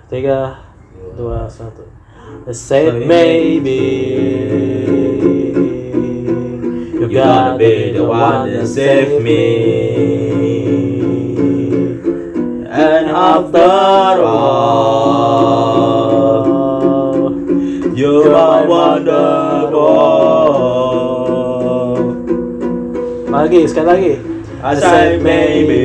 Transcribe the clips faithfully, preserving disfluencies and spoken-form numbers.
Tiga, dua, satu. Say maybe you gotta be the one that save me. And after all, you are wonderful. Lagi, sekali lagi. I say maybe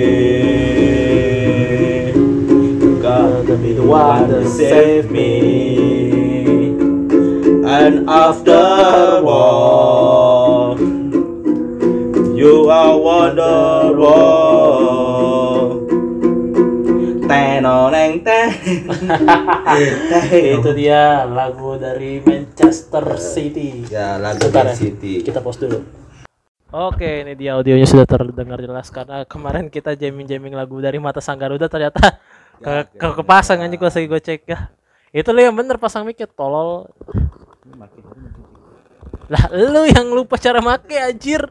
you gotta be the one that save me. And after all, you are wonderful. Tenoneng teh. Itu dia lagu dari Manchester City. Ya, lagu Sebentar Man ya, City. kita pause dulu. Oke, ini dia audionya sudah terdengar jelas karena kemarin kita jamming-jamming lagu dari Mata Sang Garuda ternyata Ya, ke, ke kepasang anjing pas lagi gue cek ya. Itu lu yang bener pasang mic tolol. Lah lu yang lupa cara make anjir.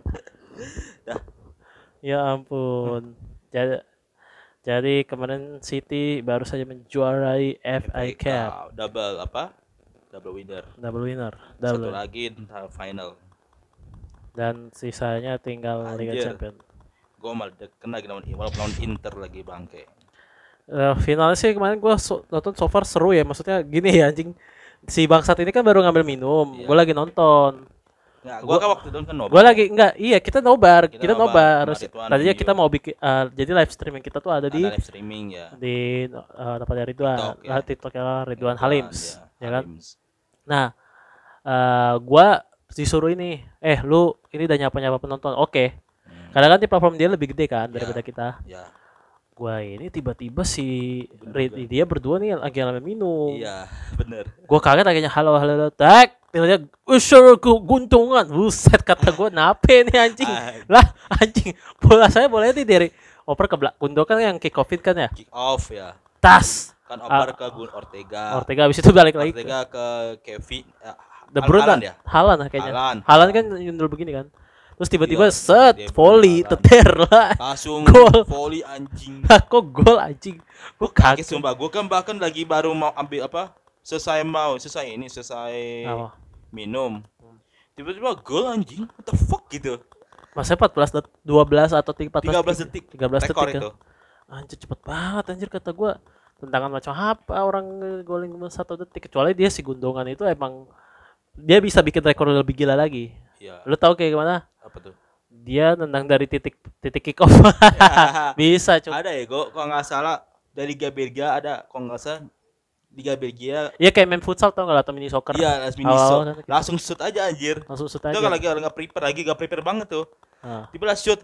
Ya ampun. Jadi jadi kemarin City baru saja menjuarai F A Cup, Double apa? Double winner. double winner, Satu double. lagi entah final. Dan sisanya tinggal Liga Anjir. Champions. Gue malah kena lagi lawan walaupun lawan Inter lagi bangke. Uh, finalnya sih kemarin gue so, nonton so far seru ya, maksudnya gini ya anjing, si bangsat ini kan baru ngambil minum, Iya. gue lagi nonton, Nggak, gue kan waktu itu kan nobar. gue lagi enggak, iya kita nobar, kita, Kita nobar, nobar, sama Ridwan tadinya video. kita mau bikin, uh, jadi live streaming kita tuh ada di Ada live streaming ya. di uh, tempatnya Ridwan, TikTok, ya. lah TikToknya Ridwan Halims, ya, ya kan, Halims. nah, uh, gue disuruh ini, eh lu ini udah nyapa-nyapa penonton, oke, Hmm. kadang kan di platform dia lebih gede kan daripada Ya. kita. Ya. Gua ini tiba-tiba si Bener Red, juga. dia berdua nih lagi lama minum. Iya, bener. Gua kaget akhirnya halo halo halo tak tiba-tiba usur guntungan. Buset kata gua nape nih anjing. Ay. Lah anjing bola saya bolanya nih dari oper ke belakang. Gundogan kan yang kick off kan ya. Kick off ya. Tas. Kan oper Ah. ke Gun Ortega. Ortega habis itu balik lagi. ke Ortega ke Kevin. Ya, De Hal- Bruyne Haaland ya. Haaland lah kayaknya. Haaland. Haaland kan nyundul begini kan. Terus tiba-tiba Iya, set dia volley Haaland. teter lah. Langsung Gol. volley anjing. Lah kok gol anjing. Gua Kaget kaget. sumpah. Gue kan bahkan lagi baru mau ambil apa? Selesai mau, selesai ini, selesai Apa? minum. Tiba-tiba gol anjing. What the fuck gitu. Masa empat belas det- dua belas atau empat belas tiga belas detik. tiga belas Rekor detik itu. kan? Anjir cepet banget anjir kata gua. Tentangan macam apa orang golin cuma satu detik, kecuali dia si Gundongan itu emang dia bisa bikin rekor lebih gila lagi. Iya. Lu tahu kayak gimana? Apa tuh? Dia nendang dari titik titik kick off. Bisa cuy. Ada ya, gue kalau nggak salah dari Liga Belgia ada, kalau nggak salah Liga Belgia. Iya kayak main futsal tau nggak atau mini soccer? Iya, langsung mini Awal-awal shot. kan gitu. Langsung shoot aja anjir. Langsung shoot Itu aja. kan lagi nggak prepare lagi, nggak prepare banget tuh. Nah, Tiba-tiba shoot.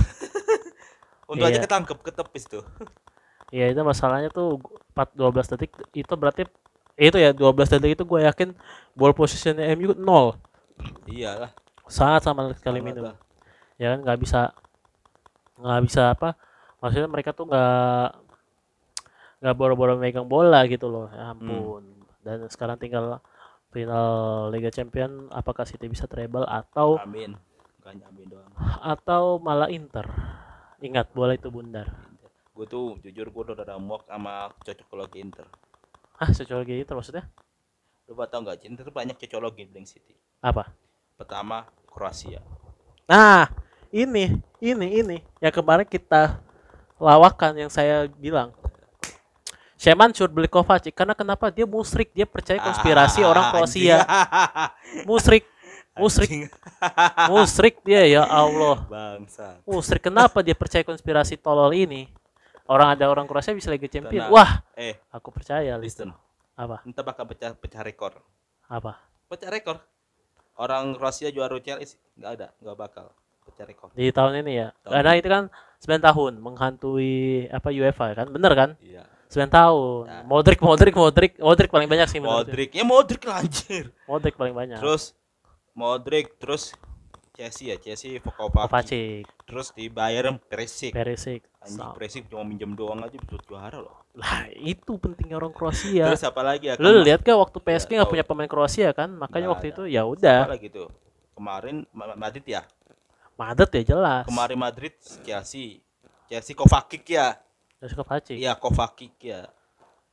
Untuk aja Iya. ketangkep, ketepis tuh. iya itu masalahnya tuh empat dua belas detik itu berarti itu ya dua belas detik itu gue yakin ball positionnya M U nol. Iyalah. Sangat sama sekali Sama minum. lah. Ya kan nggak bisa nggak bisa apa maksudnya mereka tuh nggak nggak boro-boro megang bola gitu loh ya ampun. Dan sekarang tinggal final Liga Champion, apakah City bisa treble atau Amin. Bukan amin doang. atau malah Inter. Ingat bola itu bundar. Gue tuh jujur gue udah ada muak sama cocokologi Inter. Ah sociologi Inter maksudnya Lu tau nggak? Inter tuh banyak cocokologi di City. apa? Pertama Kroasia. Nah ini ini ini yang kemarin kita lawakan yang saya bilang Sheman should beli Kovacic karena kenapa dia musrik, dia percaya konspirasi Ah, orang Kroasia. Musrik, musrik, Anjing. musrik dia ya Allah. Bangsa. Musrik kenapa dia percaya konspirasi tolol ini? Orang ada orang Kroasia bisa Liga Champion. Tenang. Wah, Eh, aku percaya. listen. Apa? Entah bakal pecah pecah rekor. Apa? Pecah rekor. Orang Kroasia juara Chelsea nggak ada, nggak bakal pecah rekor. Di tahun ini ya. Tahun Karena ini. itu kan sembilan tahun menghantui apa UEFA kan? Bener kan? Iya. sembilan tahun. Ya. Modric, Modric, Modric, Modric paling banyak sih menurut Modric, ya Modric lah anjir. Modric paling banyak. Terus Modric, terus Chelsea ya, Chelsea Kovacic. Kovacic, Terus di Bayern Perisic. Perisic. Anjing Sa- Perisic cuma minjem doang aja bisa juara loh. Lah, itu pentingnya orang Kroasia. Terus apa lagi ya? Lu Kema- lihat gak waktu P S G Iya, nggak tahu. punya pemain Kroasia kan? Makanya Nggak waktu ada. itu ya udah. Apa lagi tuh? Kemarin Ma- Madrid ya. Madrid ya jelas. Kemarin Madrid Chelsea. Chelsea Kovacic ya. Terus Kovacic. Iya Kovacic ya.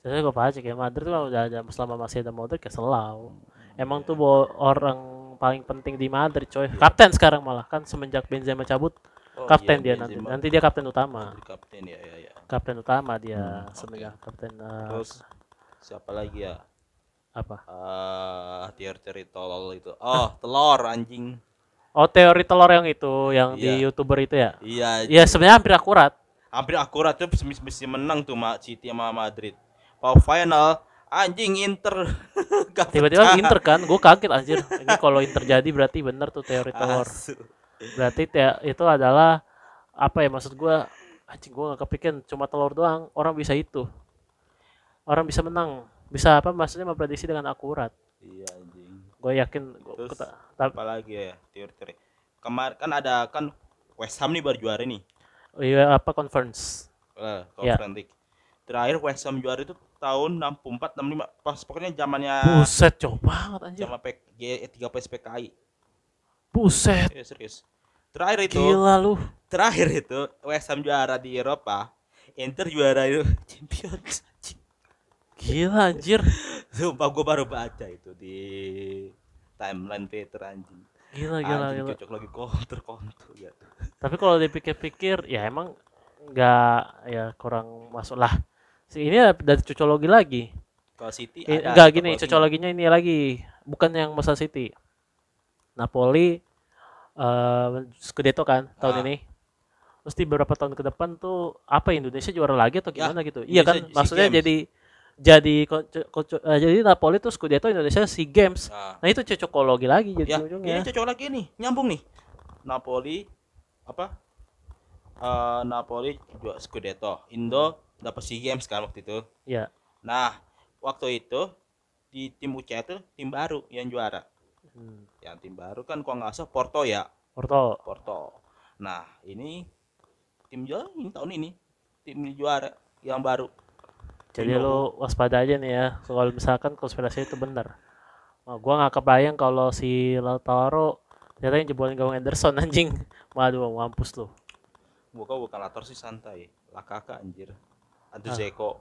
Biasanya gue pacek ya Madrid tuh udah ada selama masih ada Modric ya selalu. Emang tuh bo- orang paling penting di Madrid coy. Iya. Kapten sekarang malah kan semenjak Benzema cabut Oh kapten iya, dia nanti. Benzema Nanti dia kapten utama. Madrid kapten ya ya ya. Kapten utama dia Hmm, oke. semenjak kapten eh, Terus siapa lagi ya? apa? Eh, teori-teori tolol itu. Oh, telur anjing. Oh teori telur yang itu yang di Iya. YouTuber itu ya. Iya, Iya sebenarnya hampir akurat. hampir akurat tuh mesti menang tuh Ma City sama Madrid. Power final anjing Inter gak Tiba-tiba pecah. Inter kan, gue kaget anjir. Ini kalau Inter jadi berarti bener tuh teori telur. Asu. Berarti te- itu adalah apa ya maksud gue? Anjing gue gak kepikiran cuma telur doang orang bisa itu. Orang bisa menang. Bisa apa maksudnya memprediksi dengan akurat. Iya anjing. Gue yakin gua, Terus kita- ta- apa lagi ya teori-teori? Kemarin kan ada kan West Ham nih baru juara nih. iya apa conference. Eh, Ya. Conference League. Terakhir West Ham juara itu tahun enam puluh empat enam puluh lima pas pokoknya zamannya Buset jauh banget anjir. sama P G tiga P S P K I. Buset. Ya, serius. Terakhir itu, Gila lu. terakhir itu West Ham juara di Eropa, Inter juara itu Champions. Anjing. Gila anjir. Sumpah gue baru baca itu di timeline Twitter anjing. Gila gila Anjing gila. cocok lagi counter counter gitu. Tapi kalau dipikir-pikir ya emang nggak ya kurang masuk lah. Si ini dari cocologi lagi. Kalau City Eh, ada enggak gini, cocokologinya. cocologinya ini lagi. Bukan yang masa City. Napoli eh Scudetto kan tahun Ah. ini. Terus di beberapa tahun ke depan tuh apa Indonesia juara lagi atau Ya, gimana gitu. Iya kan Indonesia SEA maksudnya Games. jadi jadi ko- ko- eh, jadi Napoli tuh Scudetto Indonesia SEA Games. Nah, Nah itu cocokologi lagi ya, jadi ujungnya. ini cocok lagi nih, nyambung nih. Napoli apa? Eh, Napoli juara Scudetto, Indo dapat SEA Games kan waktu itu. Ya. Nah, waktu itu di tim U C itu tim baru yang juara. Hmm. Yang tim baru kan kalau nggak salah Porto ya, Porto. Porto. Nah, ini tim juara ini tahun ini tim juara yang baru. Jadi Indo. lu waspada aja nih ya kalau misalkan konspirasi itu benar. Oh, gua nggak kebayang kalau si Lautaro ternyata yang jebolin gawang Anderson anjing. Waduh, mampus lu. Bukan bukan Lator sih santai. Lakaka anjir. Aduh Ah. Zeko.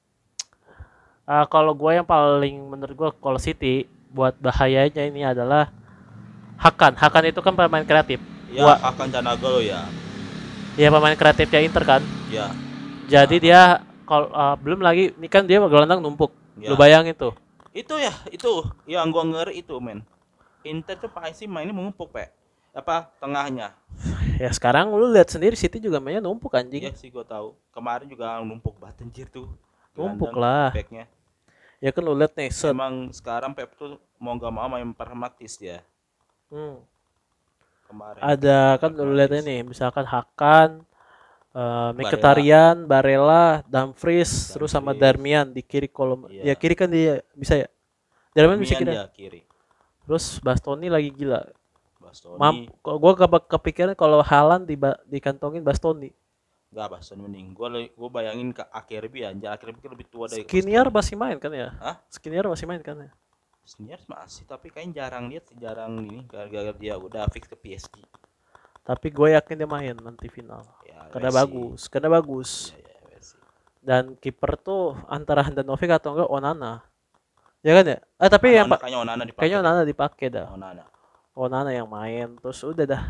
Ah, kalau gua yang paling menurut gua kalau City buat bahayanya ini adalah Hakan. Hakan itu kan pemain kreatif. Ya, Gua- akan Canagolo ya. Ya pemain kreatifnya Inter kan. Ya. Jadi dia kalau ah, belum lagi ini kan dia gelandang numpuk. Ya. Lu bayangin tuh. Itu ya, itu yang gua ngeri itu, men. Inter tuh pasti mainnya mengumpuk, Pak. Apa tengahnya? Ya sekarang lu lihat sendiri City juga mainnya numpuk anjing. Iya sih gua tahu. Kemarin juga numpuk banget anjir tuh. Numpuk Gelandang, lah. backnya. Ya kan lu lihat nih set. Emang sekarang Pep tuh mau gak mau main pragmatis dia. Hmm. Kemarin. Ada kan lu lihat Pragmatis. ini misalkan Hakan, eh Mkhitaryan, Barella, Dumfries, terus sama Dumfries. Darmian di kiri kolom. Iya. Ya kiri kan dia bisa ya. Darmian bisa Mian kiri. dia kiri. Terus Bastoni lagi gila. Bastoni. Mamp, kok gua ke- kepikiran kalau Haaland di dikantongin Bastoni. Enggak, Bastoni mending. Gua gua bayangin ke Akerbi anjir. Akerbi kan lebih tua dari Skriniar masih main kan ya? Hah? Skriniar masih main kan ya? Skriniar masih, tapi kayaknya jarang lihat, jarang ini gara-gara dia udah fix ke P S G. Tapi gue yakin dia main nanti final. Ya, Karena Messi. bagus, karena bagus. Ya, ya, Messi. Dan kiper tuh antara Handanovic atau enggak Onana. Ya kan ya? Ah tapi yang Onana, pak kayaknya Onana dipakai. kayaknya Onana dipakai dah. Onana. Onana yang main terus udah dah.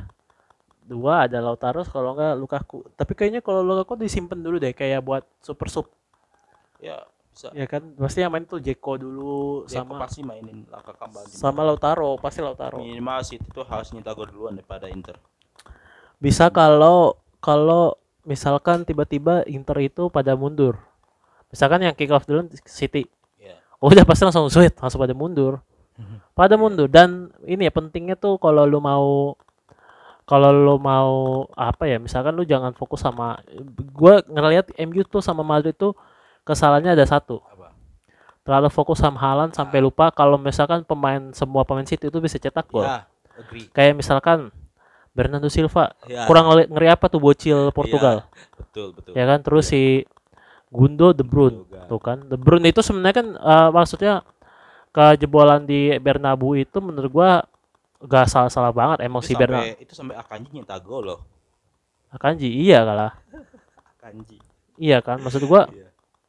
Dua ada Lautaro kalau enggak Lukaku. Tapi kayaknya kalau Lukaku disimpan dulu deh kayak buat super sub. Ya, bisa. Ya kan? Pasti yang main tuh Dzeko dulu Dia sama pasti mainin Lakaka bagi. sama Lautaro, pasti Lautaro. Minimal City tuh harus nyetak gol duluan daripada Inter. Bisa kalau kalau misalkan tiba-tiba Inter itu pada mundur. Misalkan yang kick off dulu City. Ya. Oh, udah pasti langsung sweet, langsung pada mundur. Pada mundur dan ini ya pentingnya tuh kalau lu mau kalau lu mau apa ya misalkan lu jangan fokus sama gua ngelihat M U tuh sama Madrid tuh kesalahannya ada satu. Apa? Terlalu fokus sama Haaland sampai lupa kalau misalkan pemain semua pemain City itu bisa cetak gol. Ya, agree. Kayak misalkan Bernardo Silva Ya. kurang ngeri, ngeri apa tuh bocil Portugal. Betul, betul. Ya kan terus si Gundo De Bruyne Juga. tuh kan. De Bruyne itu sebenarnya kan eh, maksudnya kejebolan di Bernabeu itu menurut gua gak salah-salah banget emang Itu si Bernabeu. sampai itu sampai Akanji nyetak gol loh. Akanji iya kalah. Akanji. Iya kan maksud gua Iya.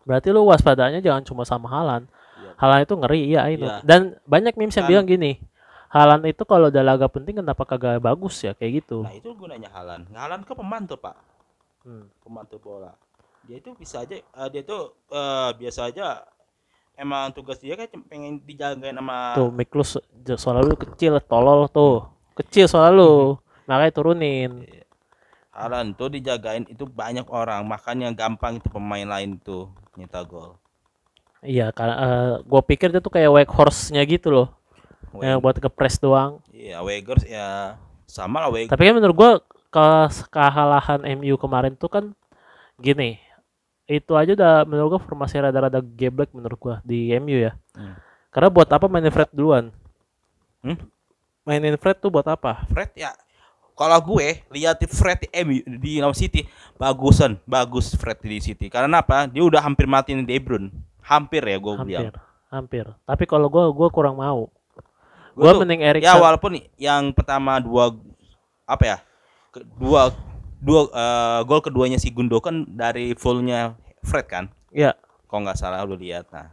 Berarti lu waspadanya jangan cuma sama Haaland. Iya. Haaland itu ngeri, iya itu. Iya. Dan banyak memes yang Kan- bilang gini, Haaland itu kalau udah laga penting kenapa kagak bagus ya kayak gitu. Nah, itu gunanya Haaland. Haaland kan pemantau, Pak. Hmm. Pemantau bola. Dia itu bisa aja eh, dia tuh eh, biasa aja emang tugas dia kan cuma pengen dijagain sama Tuh mic lu se- soalnya lu kecil, tolol tuh. Kecil soalnya lu. Makanya turunin. Haaland tuh dijagain itu banyak orang, makanya gampang itu pemain lain tuh nyetak gol. Iya, karena eh, gua pikir dia tuh kayak workhorse-nya gitu loh. Yang buat ke-press doang. Iya, Weghorst ya sama lah Weghorst. Tapi kan menurut gua ke kekalahan M U kemarin tuh kan gini. Itu aja udah menurut gua formasi rada-rada geblek menurut gua di M U ya. Hmm. Karena buat apa mainin Fred duluan? Hmm? Mainin Fred tuh buat apa? Fred ya. Kalau gue lihat Fred di M U di Law City bagusan, bagus Fred di City. Karena apa? Dia udah hampir matiin De Bruyne. Hampir ya gue Hampir, bilang. hampir. Tapi kalau gua gua kurang mau. Gua Gua tuh- mending Ya Erikson. walaupun yang pertama dua apa ya? Kedua dua eh, gol keduanya si Gundogan dari fullnya Fred kan? Ya, Kalau nggak salah lu lihat. Nah,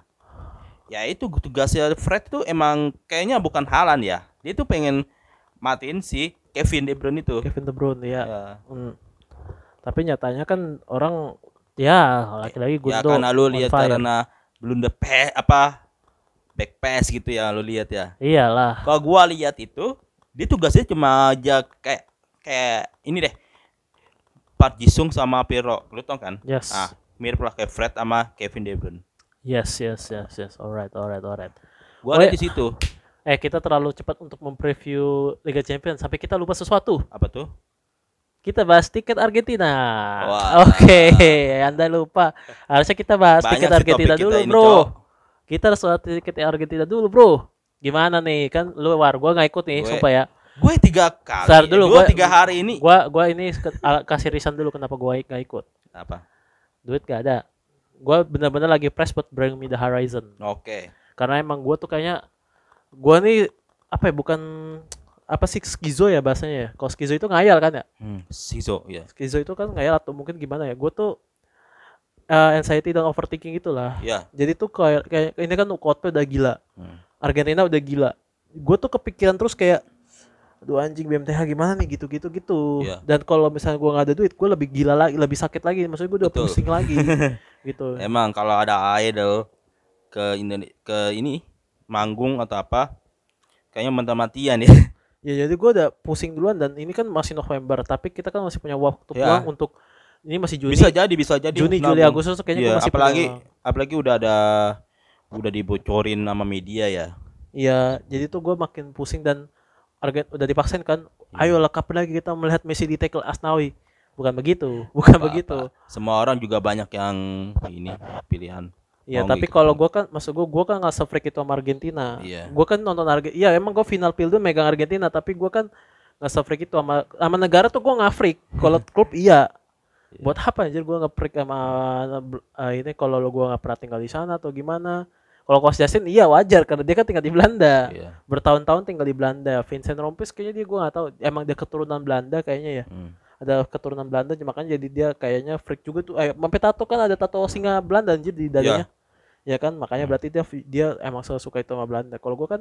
ya itu tugasnya Fred tuh emang kayaknya bukan Haaland ya. Dia tuh pengen matiin si Kevin De Bruyne itu. Kevin De Bruyne ya. Ya, Hmm. Tapi nyatanya kan orang ya lagi-lagi ya Gundo karena lu on lihat fire. karena blunder pe apa back pass gitu ya lu lihat ya. Iyalah. Kalau gua lihat itu dia tugasnya cuma aja kayak kayak ini deh. Park Ji-sung sama Pirlo, lu tau kan? Yes. Ah, mirip lah kayak Fred sama Kevin De Bruyne. Yes, yes, yes, yes. Alright, alright, alright. Gua Oh, lihat ya. di situ. Eh, kita terlalu cepat untuk mempreview Liga Champions sampai kita lupa sesuatu. Apa tuh? Kita bahas tiket Argentina. Wah. Oke, Anda lupa. Harusnya kita bahas Banyak tiket sih Argentina topik kita dulu, ini, Bro. Cok. Kita harus bahas tiket Argentina dulu, Bro. Gimana nih? Kan lu war, gua nggak ikut nih, Gue- sumpah ya. Gue tiga kali. Bentar dulu, dua gua- tiga hari ini. Gua gua ini ke- a- kasih reason dulu kenapa gua nggak ikut. Apa? Duit gak ada. Gua bener-bener lagi press buat Bring Me The Horizon. Oke. Karena emang gua tuh kayaknya gua nih apa ya, bukan apa sih, skizo ya bahasanya ya. Kalau skizo itu ngayal kan ya. Hmm, Siso ya. Skizo itu kan ngayal atau mungkin gimana ya. Gua tuh uh, anxiety dan overthinking itulah. Ya. Jadi tuh kayak, kayak ini kan Coldplay udah gila. Hmm. Argentina udah gila. Gue tuh kepikiran terus kayak, aduh anjing B M T H gimana nih gitu-gitu gitu. Iya. Dan kalau misalnya gue nggak ada duit, gue lebih gila lagi, lebih sakit lagi. Maksudnya gue udah Betul. pusing lagi, gitu. Emang kalau ada idol ke Indone- ke ini manggung atau apa, kayaknya mati-matian ya. Ya jadi gue udah pusing duluan dan ini kan masih November, tapi kita kan masih punya waktu Ya. peluang untuk ini masih Juni. Bisa jadi, bisa jadi. Juni, Juli, nabung. Agustus kayaknya Iya, gue masih apalagi punya. apalagi udah ada udah dibocorin sama media ya. Iya, jadi tuh gue makin pusing dan Argen udah dipaksain kan. Iya. Ayo lengkap lagi kita melihat Messi di tackle Asnawi. Bukan begitu, bukan Apa-apa. begitu. Semua orang juga banyak yang ini pilihan. Iya, Mau tapi ngikut. kalau gue kan, maksud gue, gue kan nggak se-freak itu sama Argentina. Iya. Gue kan nonton Argentina. Iya, emang gue final Pildo megang Argentina, tapi gue kan nggak se-freak itu sama sama negara tuh gue nggak freak. Kalau klub iya. Iya. Buat apa anjir gue nggak freak sama uh, ini kalau lo gue nggak pernah tinggal di sana atau gimana? Kalau Coach Justin iya wajar karena dia kan tinggal di Belanda. Iya. Bertahun-tahun tinggal di Belanda. Vincent Rompis kayaknya dia gue nggak tahu. Emang dia keturunan Belanda kayaknya ya. Hmm. Ada keturunan Belanda makanya jadi dia kayaknya freak juga tuh. Eh, sampai tato kan ada tato singa Belanda anjir di dadanya. Ya kan makanya Hmm. berarti dia dia emang suka itu sama Belanda. Kalau gue kan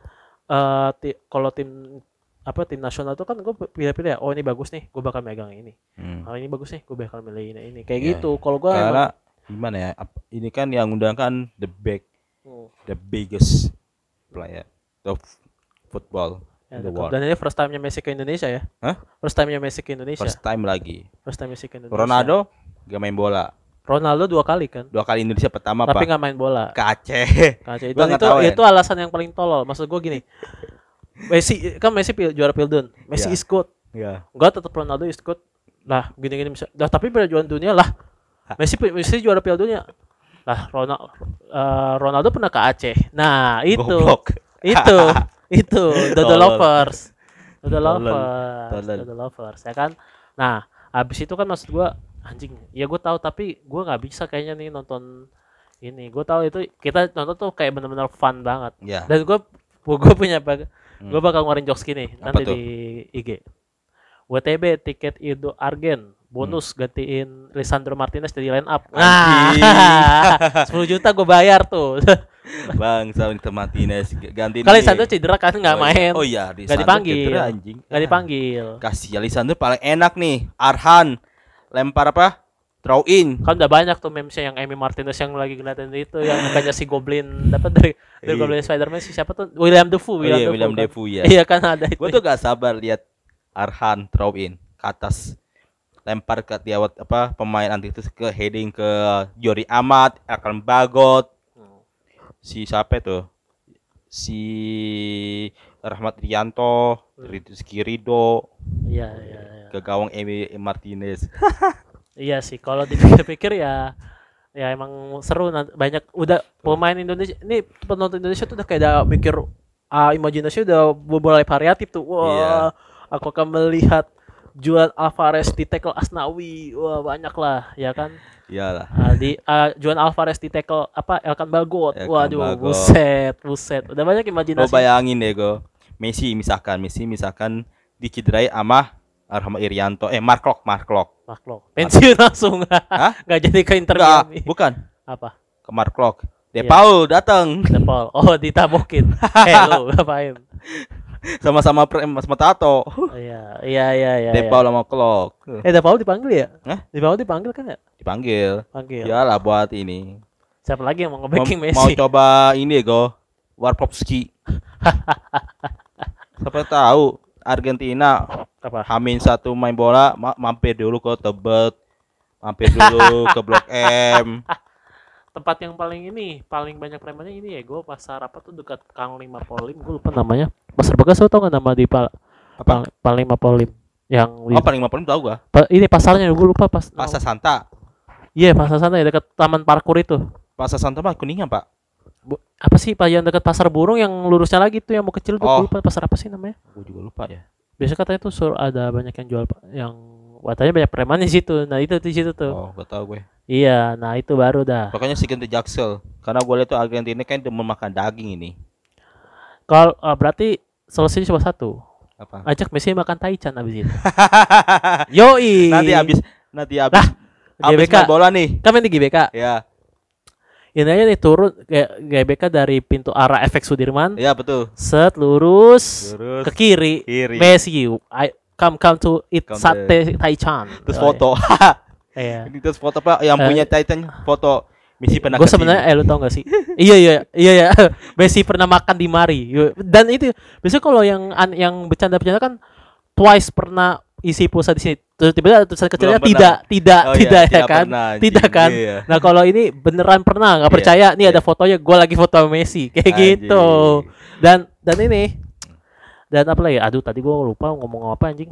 eh ti- kalau tim apa tim nasional tuh kan gue pilih-pilih ya. Oh ini bagus nih, gue bakal megang ini. Hmm. Oh ini bagus nih, gue bakal milih ini. ini. Kayak Iya. gitu. Kalau gue Karena gimana ya? ap- Ini kan yang undang kan the big emang, the biggest player of football ya, in the world. dan ini first time-nya Messi ke Indonesia ya. Hah? First time-nya Messi ke Indonesia. First, First time lagi. time Messi ke Indonesia. Ronaldo gak main bola. Ronaldo dua kali kan. Dua kali Indonesia pertama Tapi apa? nggak main bola. Ke Aceh. Kaca itu Gua nggak itu, tahu, ya. itu alasan yang paling tolol. Maksud gue gini. Messi kan Messi pil, juara Pildun. Messi Iya. is good. Iya. Enggak tetap Ronaldo is good. Lah, gini-gini bisa. Dah tapi pada juara dunia lah. Messi Messi juara Piala Dunia. Lah Ronaldo Ronaldo pernah ke Aceh. Nah, itu. Goblok. Itu. Itu Dodo Tolol. Lovers. Dodo Tolol. Lovers. Tolol. Dodo Lovers, ya kan? Nah, habis itu kan maksud gua anjing. Ya gua tahu tapi gua nggak bisa kayaknya nih nonton ini. Gua tahu itu kita nonton tuh kayak benar-benar fun banget. Ya. Dan gua gua punya bag- Hmm. gua bakal ngeluarin jokes gini Apa nanti tuh? di I G. W T B tiket Indo Argen bonus gantiin Lisandro Martinez jadi line up. Anjing. Nah, sepuluh juta gue bayar tuh. Bang, Lisandro Martinez ganti Kalau Lisandro cedera kan nggak oh, main. Iya. Oh iya, Nggak dipanggil. Cedera, anjing. Nggak Ya. dipanggil. Kasih Lisandro paling enak nih. Arhan lempar apa? Throw in. Kan udah banyak tuh memesnya yang Emi Martinez yang lagi ngeliatin itu yang bukannya si Goblin dapat dari dari Iya. Goblin Spider-Man si siapa tuh William Dafoe. Oh iya, Dafoe William kan. Dafoe ya. Iya kan ada itu. Gue tuh gak sabar lihat Arhan throw in ke atas, lempar ke tiawat apa pemain anti itu ke heading ke Jori Amat, Akan Bagot, si siapa tuh? Si Rahmat Rianto, Rizky Ridho, Iya iya iya. ke gawang Emi Martinez. Iya sih, kalau dipikir-pikir ya ya emang seru nanti banyak udah pemain Indonesia ini penonton Indonesia tuh udah kayak udah mikir ah, imajinasi udah mulai variatif tuh. Wah, Iya. aku akan melihat Juan Alvarez di tackle Asnawi. Wah, banyak lah, ya kan? Iyalah. Ah, di ah, Juan Alvarez di tackle apa Elkan Bagot. Elkan Waduh, Bagot. buset, buset. Udah banyak Lo imajinasi. bayangin deh go, Messi misalkan, Messi misalkan dicederai ama Rahmat Irianto, eh Mark Lok, Mark Lok. Makhluk. Pensiun langsung. Hah? Nggak jadi ke Inter Enggak, Miami. bukan. Apa? Ke Mark Lok. De Iya. Paul datang. Depol. Oh, ditabokin. Eh, lu ngapain? Sama-sama pre- sama tato. Iya, iya, iya, iya. De iya. Paul sama Klok. Eh, Depol dipanggil ya? Hah? Depol dipanggil kan ya? Dipanggil. Panggil. Iyalah buat ini. Siapa lagi yang mau Mau, nge-backing mau Messi? coba ini go. Warpowski. Siapa tahu Argentina Apa? Hamin satu main bola ma- mampir dulu ke Tebet. Mampir dulu ke Blok M. Tempat yang paling ini, paling banyak premannya ini ya, gue pasar apa tuh dekat Kang Lima Polim, gue lupa namanya. Pasar Bekas lo tau nggak nama di Pal Apa? Pal Pal Lima Polim? Yang Oh paling lima puluh tahu gua. pa- ini pasarnya gue lupa pas. Pasar Santa. Iya, pasar sana ya dekat Taman Parkur itu. Pasar Santa mah Kuningan, Pak. Bu- apa sih Pak yang dekat Pasar Burung yang lurusnya lagi tuh yang mau kecil tuh, Oh. gua lupa pasar apa sih namanya? Gua juga lupa ya. Biasa katanya tuh sur ada banyak yang jual Pak, yang katanya banyak preman di situ. Nah, itu di situ tuh. Oh, gak tahu gue. Iya, nah itu baru dah. Pokoknya si Gente Jaksel. Karena gue lihat tuh Argentina kan demen makan daging ini. Kalau uh, berarti solusinya cuma satu. Apa? Ajak Messi makan taichan abis itu. Yoi. Nanti habis nanti habis Lah, habis G B K. main bola nih. Kan main di G B K. Ya, Ini aja nih turun kayak G B K dari pintu arah F X Sudirman. ya betul. Set lurus, Lurus ke kiri. kiri. Messi, I come come to eat Come sate taichan. Terus Oh, foto. Iya. Ini terus foto Pak yang Eh. punya Titan foto Messi pernah Gue kesini. sebenarnya eh lu tau gak sih? iya iya iya ya. Messi pernah makan di Mari. Dan itu biasanya kalau yang an- yang bercanda-bercanda kan twice pernah isi pulsa di sini. Terus tiba-tiba tulisan kecilnya Belum tidak, pernah. tidak, Oh iya, tidak ya tidak kan? pernah, anjing. Tidak kan? Iya. Nah, kalau ini beneran pernah, nggak Iya, percaya, nih iya. ada fotonya, gue lagi foto sama Messi kayak Anjing. gitu. Dan dan ini dan apa lagi? Aduh, tadi gue lupa ngomong apa anjing.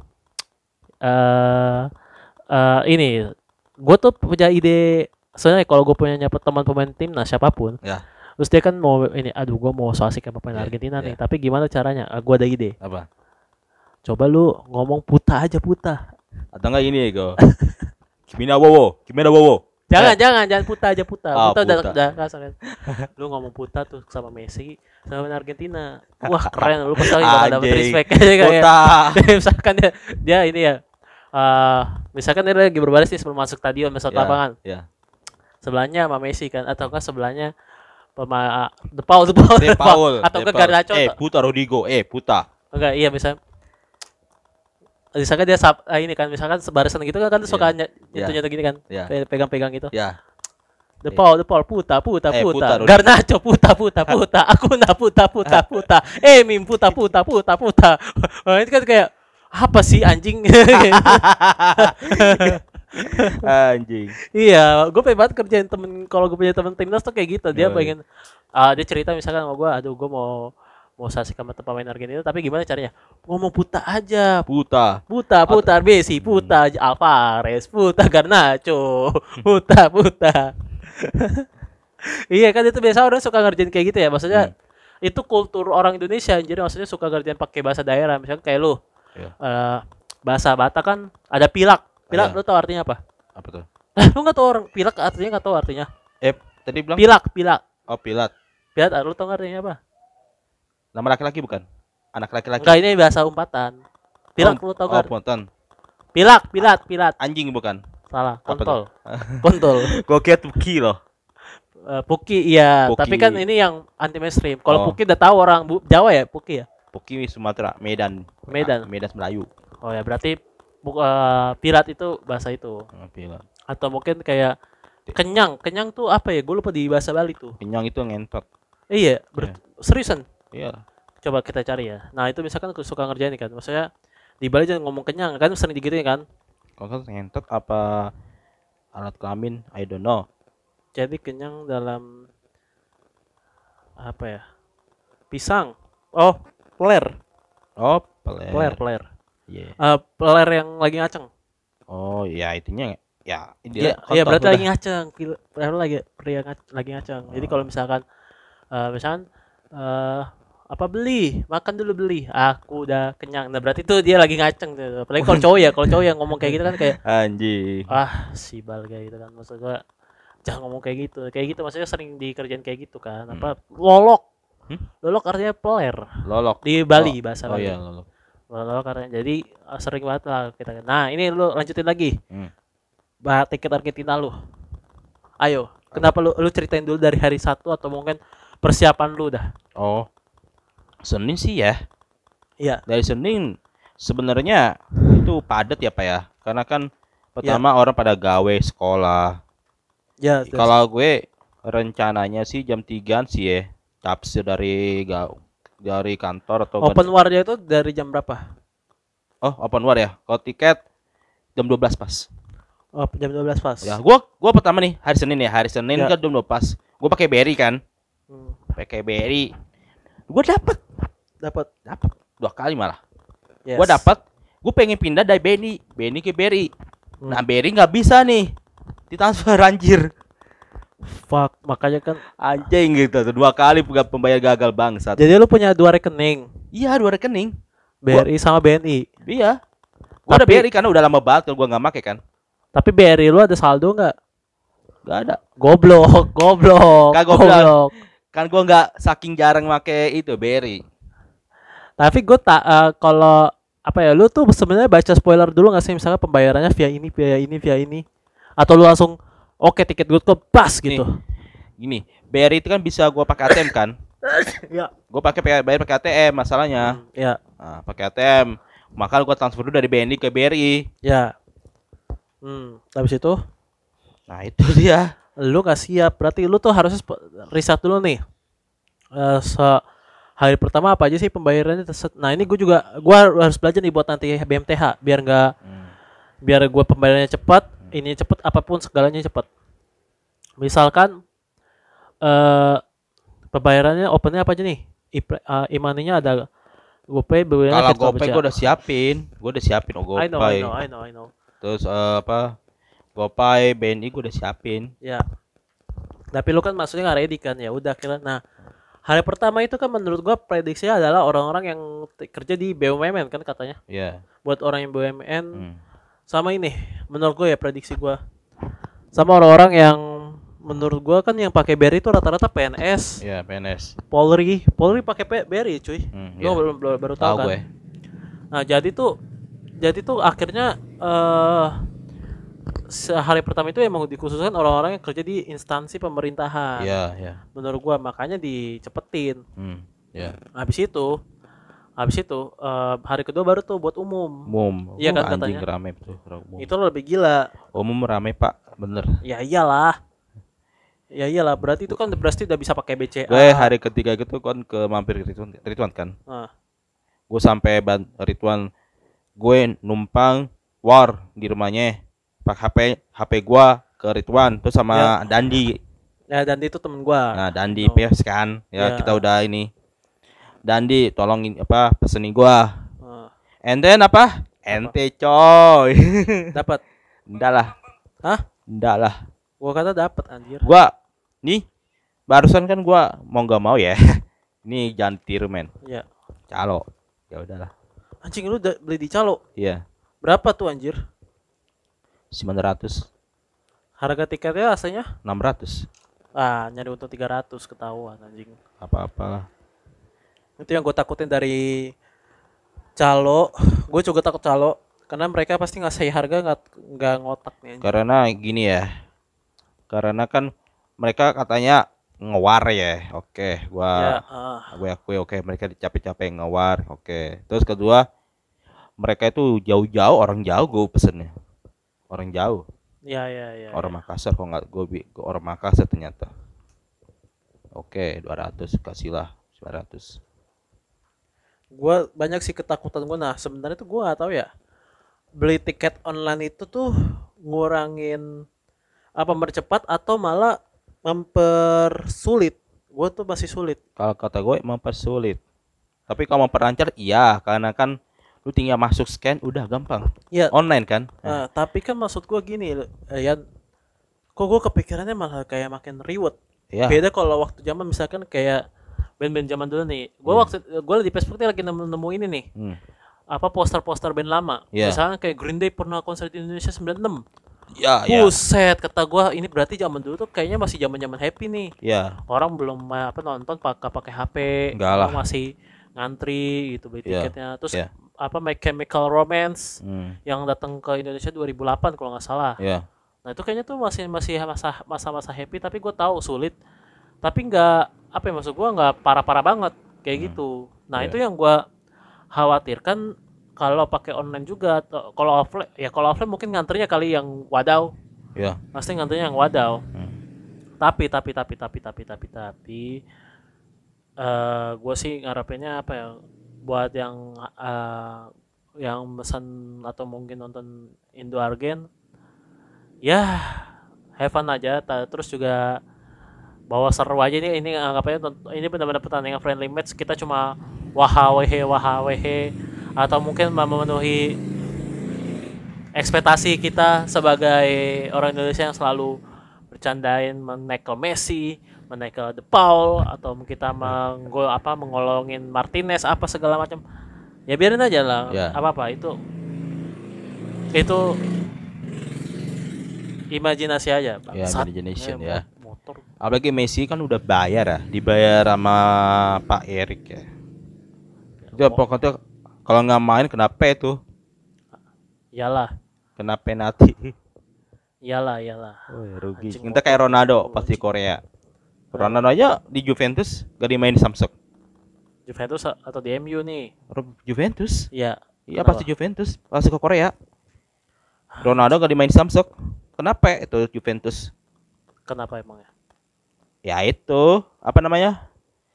Eh eh ini gue tuh punya ide sebenarnya kalau gue punya nyapa teman pemain timnas siapapun, Ya. terus dia kan mau ini, aduh gue mau so asik sama pemain Iya, Argentina nih, iya. tapi gimana caranya? Ah, gue ada ide. Apa? Coba lu ngomong puta aja puta. Atau enggak ini go. Kimina Wowo, Kimina Wowo. Jangan Eh. jangan jangan puta aja puta. Ah, puta udah puta. udah kasar kan. Lu ngomong puta tuh sama Messi sama pemain Argentina. Wah keren, lu pasti bakal dapat Anjing. respect kayak Kota. misalkan dia, dia ini ya. eh misalkan dia lagi berbaris nih sebelum masuk stadion masuk Ya, lapangan. ya. Sebelahnya sama Messi kan atau kan sebelahnya pemain De Paul, De Paul, De Paul. atau De enggak Paul. Garnacho Eh, atau- Puta Rodrigo. Eh, Puta. enggak iya misalnya misalkan dia sap, ah, ini kan misalkan sebarisan gitu kan kan suka Iya. nyentuh nyentuh gini kan Ya. pe- pegang-pegang gitu. Ya. De Paul, De Paul, puta, puta, Eh, puta, puta, Rudi. Garnacho, puta, puta, puta, aku na puta, puta, puta, eh mim, puta, puta, puta, puta. Wah, itu kan kayak apa sih anjing? Anjing. Iya, gue pengen banget kerjain temen kalau gue punya temen timnas tuh kayak gitu. Dia Yoi. pengen, ah dia cerita misalkan sama gue, aduh gue mau mau sasik sama pemain Argentina, tapi gimana caranya? Ngomong puta aja, Puta. puta, puta, Messi, puta, Alvarez, puta, Garnacho, puta, puta. Iya kan itu biasa orang suka ngerjain kayak gitu ya, maksudnya Hmm. itu kultur orang Indonesia, jadi maksudnya suka ngerjain pakai bahasa daerah, misalnya kayak lu Iya. eh, bahasa Batak kan ada pilak, pilak Iya. lu tahu artinya apa? Apa tuh? Eh, lu nggak tahu orang pilak artinya nggak tahu artinya? Eh, tadi bilang Pilak, pilak, oh Pilat. pilak, lu tahu nggak artinya apa? Nama laki-laki bukan? Anak laki-laki. Enggak, ini bahasa umpatan. Pilak lu tahu Oh, nggak? Ponten. Pilat, pilat, pilat. Anjing bukan. Salah, Apa kontol. Kontol. Gua kira Puki loh. Uh, Puki iya, Puki. tapi kan ini yang anti mainstream. Kalau Oh. Puki udah tahu orang Bu- Jawa ya, Puki ya. Puki Sumatera, Medan. Medan. Ah, Medan Melayu. Oh ya, berarti bu- uh, pirat itu bahasa itu. Oh, pilat. Atau mungkin kayak kenyang. Kenyang tuh apa ya? Gue lupa di bahasa Bali tuh. Kenyang itu ngentot. Eh, iya, ber- seriusan. Iya. Coba kita cari ya. Nah, itu misalkan aku suka ngerjain kan. Maksudnya di Bali jangan ngomong kenyang kan sering digituin kan. Kalau ngentot apa alat kelamin? I don't know. Jadi kenyang dalam apa ya? Pisang. Oh, peler. Oh, peler. Peler, peler. Iya. Uh, peler yang lagi ngaceng. Oh, ya itunya ya. Iya, iya berarti lagi ngaceng. Pil- Peler lagi pria ngac- lagi ngaceng. Jadi kalau misalkan uh, misalkan uh, apa beli, makan dulu beli. Aku udah kenyang. Nah, berarti tuh dia lagi ngaceng tuh. Apalagi kalau cowok ya, kalau cowok yang ngomong kayak gitu kan kayak anjing. ah, sibal kayak gitu kan. Maksud gua jangan ngomong kayak gitu. Kayak gitu maksudnya sering dikerjain kayak gitu kan. Apa lolok. Hmm? Lolok artinya peler. Lolok Di Bali oh, bahasa oh Bali. iya lolok. Lolok artinya. Jadi uh, sering banget lah kita. Nah, ini lu lanjutin lagi. Hmm. Bah, tiket Argentina lu. Ayo, kenapa lu lu ceritain dulu dari hari satu atau mungkin persiapan lu dah. Oh. Senin sih ya. Iya. Dari Senin sebenarnya itu padat ya Pak ya. Karena kan pertama orang pada gawe sekolah. Ya, Kalau gue rencananya sih jam tigaan sih ya. Capsir dari gaw dari kantor atau open war-nya itu dari jam berapa? Oh, open war ya. Kalau tiket jam dua belas pas. Oh, jam dua belas pas. Ya, gua gua pertama nih hari Senin ya. Hari Senin Ya. kan jam dua belas. Gua pakai berry kan. Hmm. Pakai berry. Gua dapat Dapat. dapat dua kali malah. Yes. Gua dapat. Gua pengen pindah dari Benny, Benny ke Berry. Hmm. Nah, Berry nggak bisa nih. Ditransfer anjir. Fuck, makanya kan. Anjing gitu tuh. Dua kali pembayar gagal bangsat. Jadi lu punya dua rekening, Iya, dua rekening. B R I sama B N I. Iya. Gua udah Tapi- Berry karena udah lama banget kalau gua nggak make kan. Tapi B R I lu ada saldo nggak? Nggak ada. Goblok, goblok. Kagak gua bilang. Kan gua nggak saking jarang make itu Berry. Tapi gue tak uh, kalau apa ya, lu tuh sebenarnya baca spoiler dulu nggak sih, misalnya pembayarannya via ini, via ini, via ini, atau lu langsung oke tiket gue ke pas gitu? Gini, Berry itu kan bisa gua pakai A T M kan? Ya. Gua pakai bayar pakai A T M masalahnya. Hmm, ya, Nah, pakai A T M. Maka gua transfer dulu dari B N I ke B R I. ya. Hmm, habis itu Nah, itu dia. lu nggak siap, berarti lu tuh harusnya sp- riset dulu nih. Eh, se hari pertama apa aja sih pembayarannya terset. Nah, ini gue juga gue harus belajar nih buat nanti B M T H biar nggak Hmm. biar gue pembayarannya cepat, ini cepat, apapun segalanya cepat. Misalkan eh pembayarannya opennya apa aja nih? Ipre- uh, imaninya ada GoPay, B W N, Kalau Virtual GoPay B C A. gua udah siapin. Gua udah siapin oh I know, I GoPay. know, I know, I know. Terus eh, apa? GoPay, B N I gua udah siapin. Ya. Tapi lu kan maksudnya nggak ready kan, ya udah kira. Nah, hari pertama itu kan menurut gua prediksinya adalah orang-orang yang t- kerja di B U M N kan katanya. Iya. Buat orang yang B U M N Hmm. sama ini, menurut gua ya prediksi gua. Sama orang-orang yang menurut gua kan yang pakai B R I itu rata-rata P N S, Iya, P N S. Polri, Polri pakai P- B R I cuy. Hmm, Gua iya. belum baru, baru tahu Tahu kan. gue. Nah, jadi tuh jadi tuh akhirnya eh sehari pertama itu emang dikhususkan orang-orang yang kerja di instansi pemerintahan. Iya, iya. Menurut gua makanya dicepetin. Hmm, iya. Habis itu habis itu eh, hari kedua baru tuh buat umum. Umum. Iya kan Oh, anjing katanya. rame tuh umum. Itu lebih gila. Umum rame, Pak. Bener. Ya iyalah. Ya iyalah, berarti itu kan berarti udah bisa pakai B C A. Gue hari ketiga gitu kan ke mampir ke Ridwan, Ridwan kan. Nah, Gue sampai ban Ridwan, gue numpang war di rumahnya. Pak H P H P gua ke Ridwan terus sama Dandi. ya dan itu temen gua. Nah, Dandi Oh. P S kan. Ya. Ya, kita udah ini. Dandi tolongin apa pesenin gua. Nah, Ente apa? Ente coy. dapat. Enggak lah. Hah? Enggak lah. Gua kata dapat anjir. Gua nih barusan kan gua mau nggak mau ya. Ini jangan tiru men. Ya. Calo. Ya udahlah. Anjing lu udah beli di calo. Iya. Berapa tuh anjir? sembilan ratus, Harga tiketnya aslinya? enam ratus. Ah, nyari untung tiga ratus ketahuan anjing. Apa-apalah. Itu yang gue takutin dari calo. Gue juga takut calo. Karena mereka pasti ngasih harga nggak nggak ngotak nih anjing. Karena gini ya. Karena kan mereka katanya ngewar ya. Oke, Ya, gua ah, gue akui oke mereka capek-capek ngewar. Oke. Terus kedua, mereka itu jauh-jauh orang jauh gue pesennya. Orang jauh. ya, ya, ya, Orang ya. Makassar kok nggak gue bi- orang Makassar ternyata. Oke, dua ratus kasihlah sembilan ratus. Gue banyak sih ketakutan gue. Nah, sebenarnya tuh gue nggak tahu ya. Beli tiket online itu tuh ngurangin apa mempercepat atau malah mempersulit. Gue tuh masih sulit. Kalau kata gue mempersulit. Tapi kalau memperancar iya, karena kan lu tinggal masuk scan udah gampang. Ya, Online kan? eh, tapi kan maksud gue gini, eh, ya, kok gue kepikirannya malah kayak makin reward. Iya. Beda kalau waktu zaman misalkan kayak band-band zaman dulu nih. Gue Iya. waktu gue di Facebook nih lagi nemu, nemu ini nih. Hmm. Apa poster-poster band lama. Iya. Misalnya kayak Green Day pernah konser di Indonesia sembilan puluh enam. Ya, ya. Buset, kata gue ini berarti zaman dulu tuh kayaknya masih zaman-zaman happy nih. Ya. Orang belum ma- apa nonton pakai pakai H P, Enggak lah. orang masih ngantri gitu beli Iya. tiketnya. Terus Iya. apa My Chemical Romance Hmm. yang datang ke Indonesia dua ribu delapan kalau nggak salah. Ya. Nah itu kayaknya tuh masih masih masa masa-masa happy tapi gue tahu sulit. Tapi nggak apa ya maksud gue nggak parah-parah banget kayak Hmm. gitu. Nah Iya. itu yang gue khawatirkan kalau pakai online juga. atau- Kalau offline ya kalau offline mungkin ngantrinya kali yang wadaw. Ya. Pasti ngantrinya yang wadaw. Hmm. Tapi tapi tapi tapi tapi tapi tapi eh gue sih ngarepinnya apa ya buat yang eh, yang pesan atau mungkin nonton Indo Argen ya have fun aja. Ta- terus juga bawa seru aja nih ini anggap aja tonton- ini benar-benar pertandingan friendly match kita cuma wahawehe wahawehe atau mungkin memenuhi ekspektasi kita sebagai orang Indonesia yang selalu bercandain menekel Messi, menekel De Paul atau kita menggol apa mengolongin Martinez apa segala macam. Ya biarin aja lah. Ya. Apa-apa itu itu imajinasi aja, Bang. Ya, Sat- imagination, eh, ya. mo- Motor. Apalagi Messi kan udah bayar ya, dibayar sama Pak Erik ya. Itu pokoknya kalau nggak main kenapa itu? Iyalah, Kena penalti. iyalah, iyalah. Oh, ya, rugi. Anjing Kita kayak motor. Ronaldo pasti Korea. Ronaldo aja di Juventus gak dimain di Samsung. Juventus atau di M U nih? Ro- Juventus? Iya. Iya Kenapa? pasti Juventus, pasti ke Korea. Ronaldo gak dimain di Samsung. Kenapa itu Juventus? Kenapa emang ya? Ya itu apa namanya?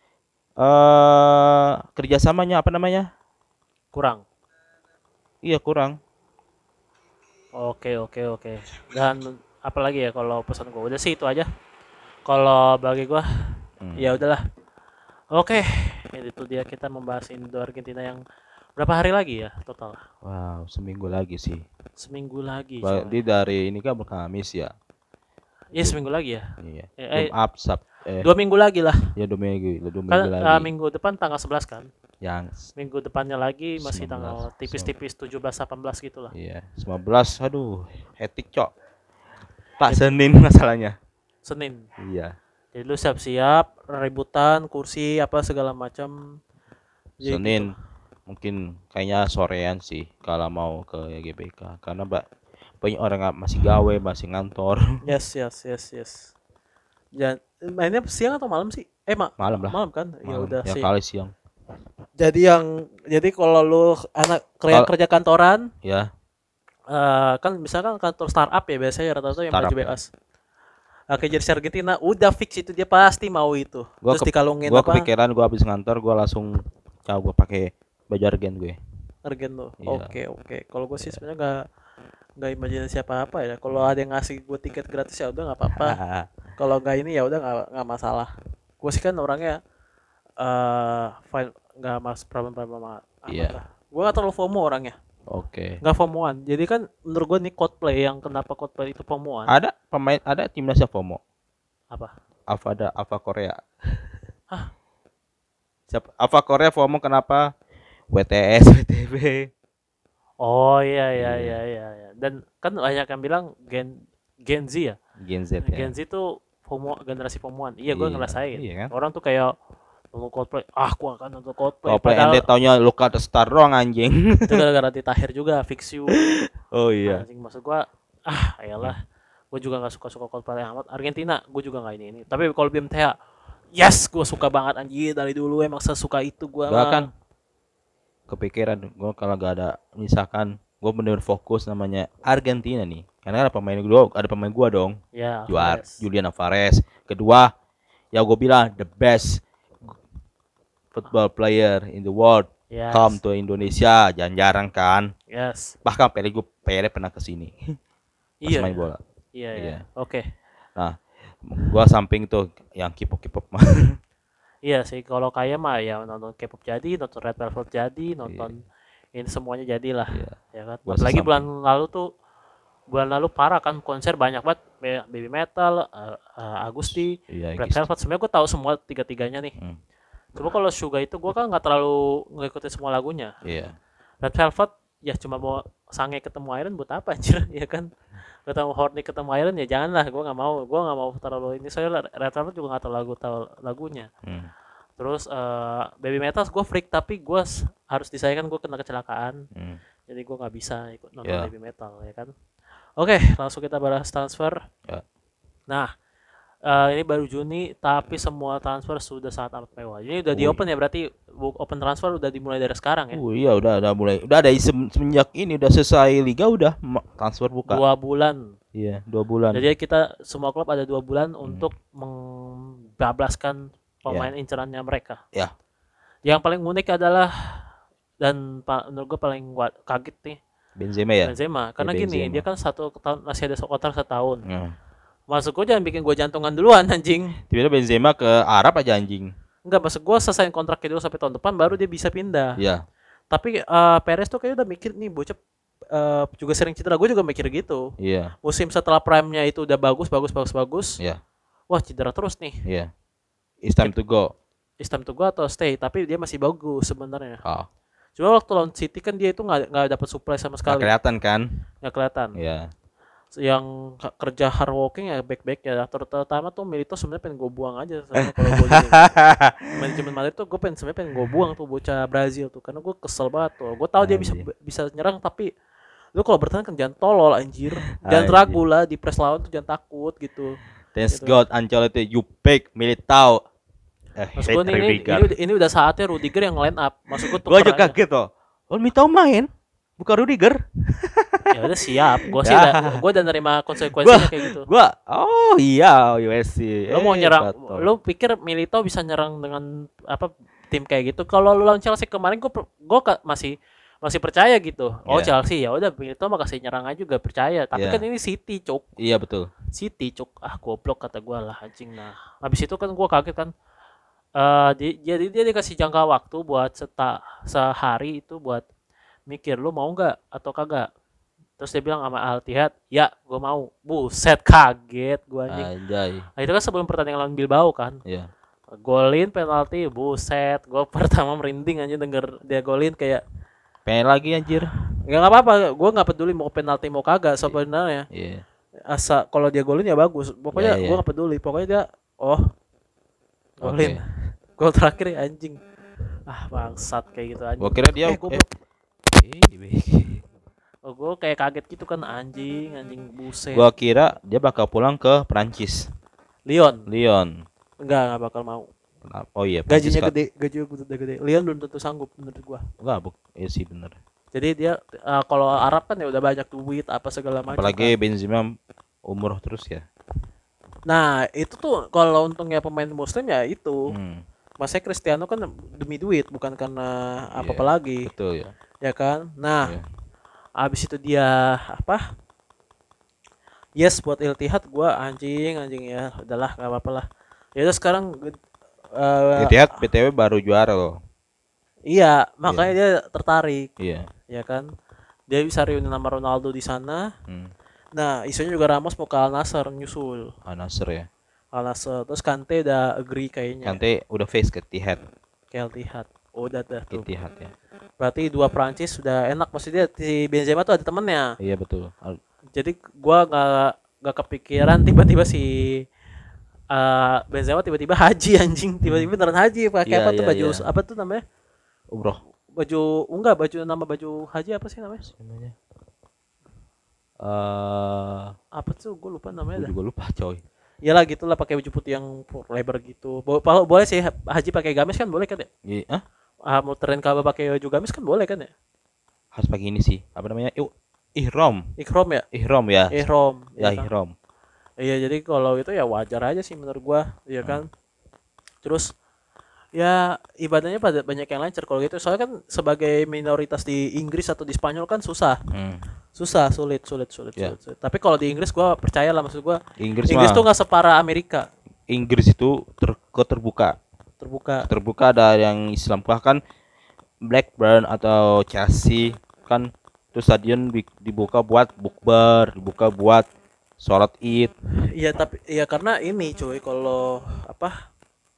Eh kerjasamanya apa namanya? Kurang. Iya kurang. Oke, oke, oke. Dan apalagi ya kalau pesan gue udah sih itu aja. Kalau bagi gue Hmm. ya udahlah. Oke, itu dia kita membahas Indo Argentina yang berapa hari lagi ya total? Wow, seminggu lagi sih. Seminggu lagi. Berarti coy. dari ini kan Kamis ya. Iya seminggu lagi ya. Iya. Eh, eh, Jumat, Sab, eh, Dua minggu lagi lah. ya dua minggu, dua Kan minggu lagi. uh, minggu depan tanggal sebelas kan. Yang Minggu depannya lagi masih sembilan tanggal belas. tipis-tipis tujuh belas delapan belas gitu lah. iya, sembilan belas. Aduh, hektik, Cok. Tak Senin masalahnya. Senin. Iya. Jadi lu siap-siap rebutan kursi apa segala macam. Jadi Senin gitu. mungkin kayaknya sorean sih kalau mau ke G B K karena Mbak banyak orang nggak- masih gawe, masih ngantor. Yes, yes, yes, yes. Dan mainnya siang atau malam sih? Eh, mak Malam lah. malam kan? Ya Malam. udah Ya sih. kali siang. Jadi yang jadi kalau lu anak kerja Kalau- kerja kantoran, Ya, eh, kan misalkan kantor startup ya biasanya rata-rata yang Startup, baju bebas. Oke, jersey Argentina udah fix itu dia pasti mau itu. Gua Terus ke- dikalungin gua apa? kepikiran gua habis ngantor gua langsung coba gua pakai baju Argen gue. Argen tuh. Iya. Oke, oke. Kalau gue sih sebenarnya nggak nggak imajinasi apa-apa ya. Kalau ada yang ngasih gue tiket gratis ya udah nggak apa-apa. Kalau nggak ini ya udah nggak nggak masalah. Gue sih kan orangnya eh fine nggak mas problem problem amat. Iya. Gue nggak terlalu FOMO orangnya. Oke. Nggak FOMOan. Jadi kan menurut gue nih Coldplay yang kenapa Coldplay itu FOMOan? Ada pemain, ada timnasnya FOMO. Apa? Alpha ada Alpha Korea. Hah? Siapa? Alpha Korea FOMO kenapa? W T S, W T B. Oh iya iya Iya. iya iya. iya. Dan kan banyak yang bilang Gen Gen Z ya. Gen Z ya. Gen Z tuh FOMO generasi FOMOan. Iya gue Iya, ngerasain. iya kan? Orang tuh kayak Nonton Coldplay, ah gua akan nonton Coldplay. Coldplay Padahal ente taunya Look at the Star doang anjing. itu gara-gara di Tahir juga Fix You. Oh iya. Anjing maksud gua, ah Hmm. ayolah. Gue juga nggak suka-suka Coldplay amat. Argentina, gue juga nggak ini ini. Tapi kalau B M T H, yes, gue suka banget anjir dari dulu emang sesuka itu gue. Gua kan kepikiran gua kalau gak ada misalkan gua bener fokus namanya Argentina nih. Karena ada pemain gua, ada pemain gua dong. Ya, Juar Alvarez. Julian Alvarez. Kedua, ya gue bilang the best football player in the world Yes. come to Indonesia, jarang-jarang kan. Yes. Bahkan Pele gue Pele pernah ke sini. Pas Iya. main bola. Iya, iya. Iya. Oke. Nah, gua samping tuh yang K-pop K-pop mah. Iya sih, kalau kayak mah ya nonton K-pop jadi, nonton Red Velvet jadi, nonton ini semuanya jadilah. Iya. Ya kan. Gua Apalagi sesamping. bulan lalu tuh bulan lalu parah kan konser banyak banget. Be- Baby Metal, uh, uh, Agusti, Iya, Red gitu. Velvet. Sebenarnya gue tahu semua tiga-tiganya nih. Hmm. Cuma kalau Suga itu gue kan nggak terlalu ngikutin semua lagunya. Iya. Red Velvet ya cuma mau sange ketemu Iron buat apa anjir ya kan. Ketemu Horny ketemu Iron ya janganlah, gue nggak mau. Gue nggak mau terlalu ini, soalnya Red Velvet juga nggak tahu lagu tahu lagunya. Hmm. Terus eh, Baby Metal gue freak tapi gue s- harus disayangkan gue kena kecelakaan. Hmm. Jadi gue nggak bisa ikut nonton Ya. Baby Metal ya kan. Oke, langsung kita bahas transfer. Ya. Nah, eh, ini baru Juni tapi semua transfer sudah sangat amat mewah. Ini udah di Wih. open ya, berarti bu- open transfer udah dimulai dari sekarang ya. Uh, iya udah udah mulai. Udah ada sem- semenjak ini udah selesai liga udah ma- transfer buka. Dua bulan. Iya, dua bulan. Jadi kita semua klub ada dua bulan Hmm. untuk membablaskan pemain incerannya mereka. Ya. Yang paling unik adalah dan pa- menurut gue paling gua kaget nih Benzema ya. Benzema. Karena Ya, gini, Benzema. dia kan satu tahun masih ada kontrak setahun. Hmm. Maksud gue jangan bikin gue jantungan duluan anjing. Tiba-tiba Benzema ke Arab aja anjing. Enggak, maksud gue selesai kontraknya dulu sampai tahun depan baru dia bisa pindah. Iya. Tapi eh, Perez tuh kayaknya udah mikir nih bocah eh, juga sering cedera. Gue juga mikir gitu. Iya. Musim setelah prime-nya itu udah bagus, bagus, bagus, bagus. Iya. Wah cedera terus nih. Iya. It's time to go. It's time to go atau stay? Tapi dia masih bagus sebenarnya. Oh, Cuma waktu lawan City kan dia itu nggak nggak dapat supply sama nggak sekali. kelihatan kan? Nggak kelihatan. Iya. Yang ke- kerja hard working ya back-back ya. Terutama tuh Milito sebenarnya pengen gue buang aja. Sebenarnya kalau gue jadi manajemen Madrid tuh gue pengen sebenarnya pengen gue buang tuh bocah Brazil tuh, karena gue kesel banget tuh. Gue tahu dia bisa Anjir. bisa nyerang tapi lu kalau bertahan kan jangan tolol anjir. Jangan Anjir. ragu lah di press lawan tuh, jangan takut gitu. Thanks Gitu. God Ancelotti you pick Militao. Eh, Maksud gue hate ini, ini, Rudiger. ini, ini udah saatnya Rudiger yang line up. Maksud gue tuh Gua aja kaget loh. Oh, Militao main, bukan Rudiger. Ya udah siap. Gue sih Ya. udah, gue udah nerima konsekuensinya kayak gitu. Gua oh iya U S C. Lo mau Eh, nyerang, betul. lo pikir Milito bisa nyerang dengan apa tim kayak gitu? Kalau lo lawan Chelsea kemarin, gue gue masih masih percaya gitu. Oh Iya. Chelsea ya udah Milito mah kasih nyerang aja juga percaya. Tapi Iya. kan ini City cuk, Iya betul. City cuk. Ah goblok kata gue lah anjing. Nah habis itu kan gue kaget kan. Eh di- jadi dia dikasih jangka waktu buat seta, sehari itu buat mikir lu mau nggak atau kagak. Terus dia bilang sama Al Ittihad, ya gue mau. Buset kaget gue anjing. Anjay. Nah, itu kan sebelum pertandingan lawan Bilbao kan. Iya. Golin penalti, buset. Gue pertama merinding aja denger dia golin kayak Pengen lagi anjir. ya nggak apa-apa, gue nggak peduli mau penalti mau kagak sebenarnya. Iya. Asa kalau dia golin ya bagus. Pokoknya Iya, iya. gue nggak peduli. Pokoknya dia oh golin. Oke. Gol terakhir ya anjing. Ah bangsat kayak gitu anjing. Gua kira dia eh, eh, eh, oh, gue kayak kaget gitu kan anjing, anjing buset. Gua kira dia bakal pulang ke Prancis. Leon Lyon. enggak enggak bakal mau. Kenapa? Oh iya, Prancis Gajinya kan- gede, gajinya gede gede. Leon belum tentu sanggup menurut gua. Enggak, buk. Iya sih bener. Jadi dia eh, kalau Arab kan ya udah banyak duit apa segala macam. Apalagi kan. Benzema umroh terus ya. Nah, itu tuh kalau untungnya pemain muslim ya itu. Hmm, Masanya Cristiano kan demi duit bukan karena apa-apa Iya. lagi, betul ya. ya kan? Nah, Iya. abis itu dia apa? Yes buat Ittihad gua anjing anjing ya, udahlah nggak apa-apa lah. Ya udah sekarang eh, Lihat B T W baru juara loh. iya, makanya dia tertarik, Iya. ya kan? Dia bisa reuni nama Ronaldo di sana. Hmm. Nah, isunya juga Ramos mau ke Al Nassr nyusul. Al Nassr ya. Al Nassr. Terus Kante udah agree kayaknya. Kante udah face ke Etihad. Ke Ittihad. Oh, udah dah tuh. Etihad ya. Berarti dua Prancis sudah enak, maksudnya si Benzema tuh ada temennya. Iya betul. Al- Jadi gua nggak nggak kepikiran tiba-tiba si uh, Benzema tiba-tiba haji anjing, tiba-tiba beneran haji pakai Iya, apa tuh iya, baju iya. apa tuh namanya? Umroh Baju enggak baju nama baju haji apa sih namanya? namanya. Eh, Apa tuh gue lupa namanya gue dah. juga lupa coy. Iyalah gitulah pakai baju putih yang lebar gitu. Bo- bo- boleh sih haji pakai gamis kan boleh kan ya? Iya, ah, Ah, muterin Ka'bah pakai baju gamis kan boleh kan ya? harus pakai ini sih. Apa namanya? Iu, ihram. Ihram ya? Ihram ya. Ihram. Ya, Iya kan? ihram. Iya jadi kalau itu ya wajar aja sih menurut gua, iya kan. Terus ya ibadahnya pada banyak yang lancar kalau gitu. Soalnya kan sebagai minoritas di Inggris atau di Spanyol kan susah, Hmm. susah, sulit, sulit, sulit, Ya. sulit, sulit. Tapi kalau di Inggris gua percaya lah maksud gua. Inggris, Inggris mah. tuh nggak separah Amerika, Inggris itu ter terbuka. terbuka. Terbuka ada yang Islam, bahkan Blackburn atau Chelsea kan itu stadion bi- dibuka buat bukber, dibuka buat sholat Id. Iya tapi ya karena ini cuy kalau apa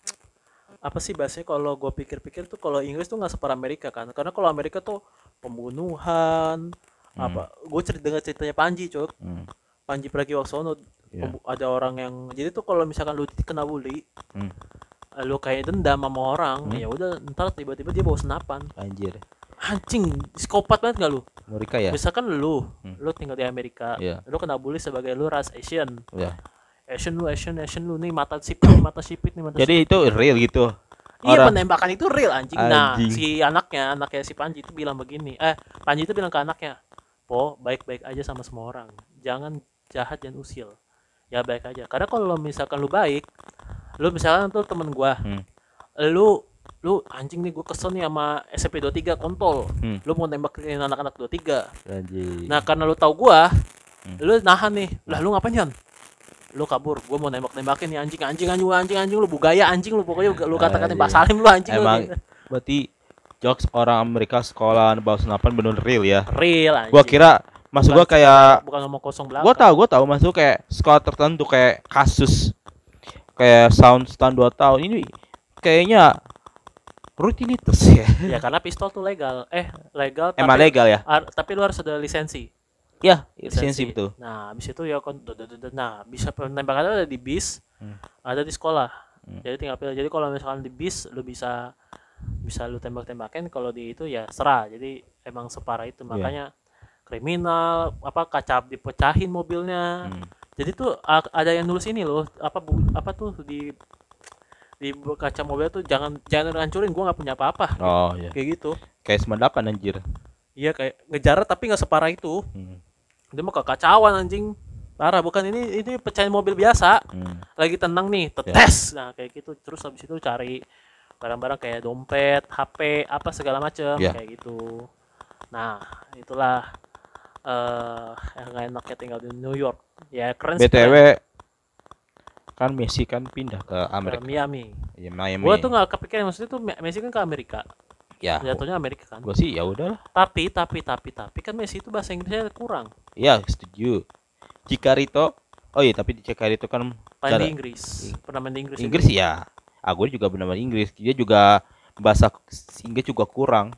apa sih bahasanya kalau gue pikir-pikir tuh kalau Inggris tuh nggak separah Amerika kan karena kalau Amerika tuh pembunuhan apa gue cerita dengar ceritanya Panji cuy Hmm. Panji Pragiwaksono Iya. pembu- ada orang yang jadi tuh kalau misalkan lu kena bully Hmm. lu kayak dendam sama orang Hmm. ya udah ntar tiba-tiba dia bawa senapan Anjir. anjing psikopat banget gak lu Mereka ya. misalkan lu Hmm. lu tinggal di Amerika Iya. lu kena bully sebagai lu ras Asian Ya. Asian lu Asian Asian lu nih mata sipit nih mata sipit nih mata Jadi itu real gitu. iya Orang- penembakan itu real anjing. Nah Anjing. si anaknya anaknya si Panji itu bilang begini eh Panji itu bilang ke anaknya po baik-baik aja sama semua orang jangan jahat dan usil ya baik aja karena kalau misalkan lu baik lu misalkan tuh temen gua Hmm. lu lu anjing nih gua kesel nih sama S M P dua puluh tiga kontol Hmm. lu mau nembakin anak-anak dua puluh tiga Anjir. nah karena lu tahu gua Hmm. lu nahan nih lah lu ngapain Yan lu kabur gua mau nembak-nembakin nih anjing anjing anjing anjing anjing lu bugaya anjing lu pokoknya lu kata-katain Mbak Salim lu anjing lu Emang berarti jokes orang Amerika sekolah bawa senapan bener real ya. real anjing. Gua kira maksud gua kayak bukan ngomong kosong belakang. gua tahu gua tahu maksud kayak sekolah tertentu kayak kasus kayak sound stand dua tahun ini kayaknya rutinitas ya. Ya karena pistol tuh legal. Eh, legal Emang tapi, legal ya? ar- tapi lu harus ada lisensi. Ya, lisensi betul. Nah, habis itu ya kon d- d- d- nah, bisa penembakan ada di bis, Hmm. ada di sekolah. Hmm. Jadi tinggal pilih. Jadi kalau misalkan di bis lu bisa bisa lu tembak-tembakin, kalau di itu ya serah. Jadi emang separah itu makanya kriminal apa kaca dipecahin mobilnya. Hmm. Jadi tuh a- ada yang nulis ini loh, apa bu, apa tuh di di kaca mobil tuh jangan jangan hancurin gua nggak punya apa-apa. Oh iya. Kayak gitu. Kayak semadapan anjir. Iya kayak ngejar tapi nggak separah itu. Hmm. Dia mah kekacauan anjing. Parah bukan ini ini pecahin mobil biasa. Hmm. Lagi tenang nih, tetes. Nah, kayak gitu. Terus habis itu cari barang-barang kayak dompet, H P, apa segala macam Ya. kayak gitu. Nah, itulah eh yang gak enaknya tinggal di New York. Ya keren sih, B T W keren. kan Messi kan pindah ke Ke Amerika. Miami. Ya, Miami. Gua tuh nggak kepikiran maksudnya tuh Messi kan ke Amerika. ya. Jatuhnya Amerika kan. Gua sih ya udahlah. Tapi tapi tapi tapi kan Messi itu bahasa Inggrisnya kurang. Iya, setuju. Cikarito. Oh iya, tapi di Cikarito kan Main cara- di Inggris. Pernah main di Inggris. Inggris ya. Aku juga benar Inggris. Dia juga bahasa Inggris juga kurang.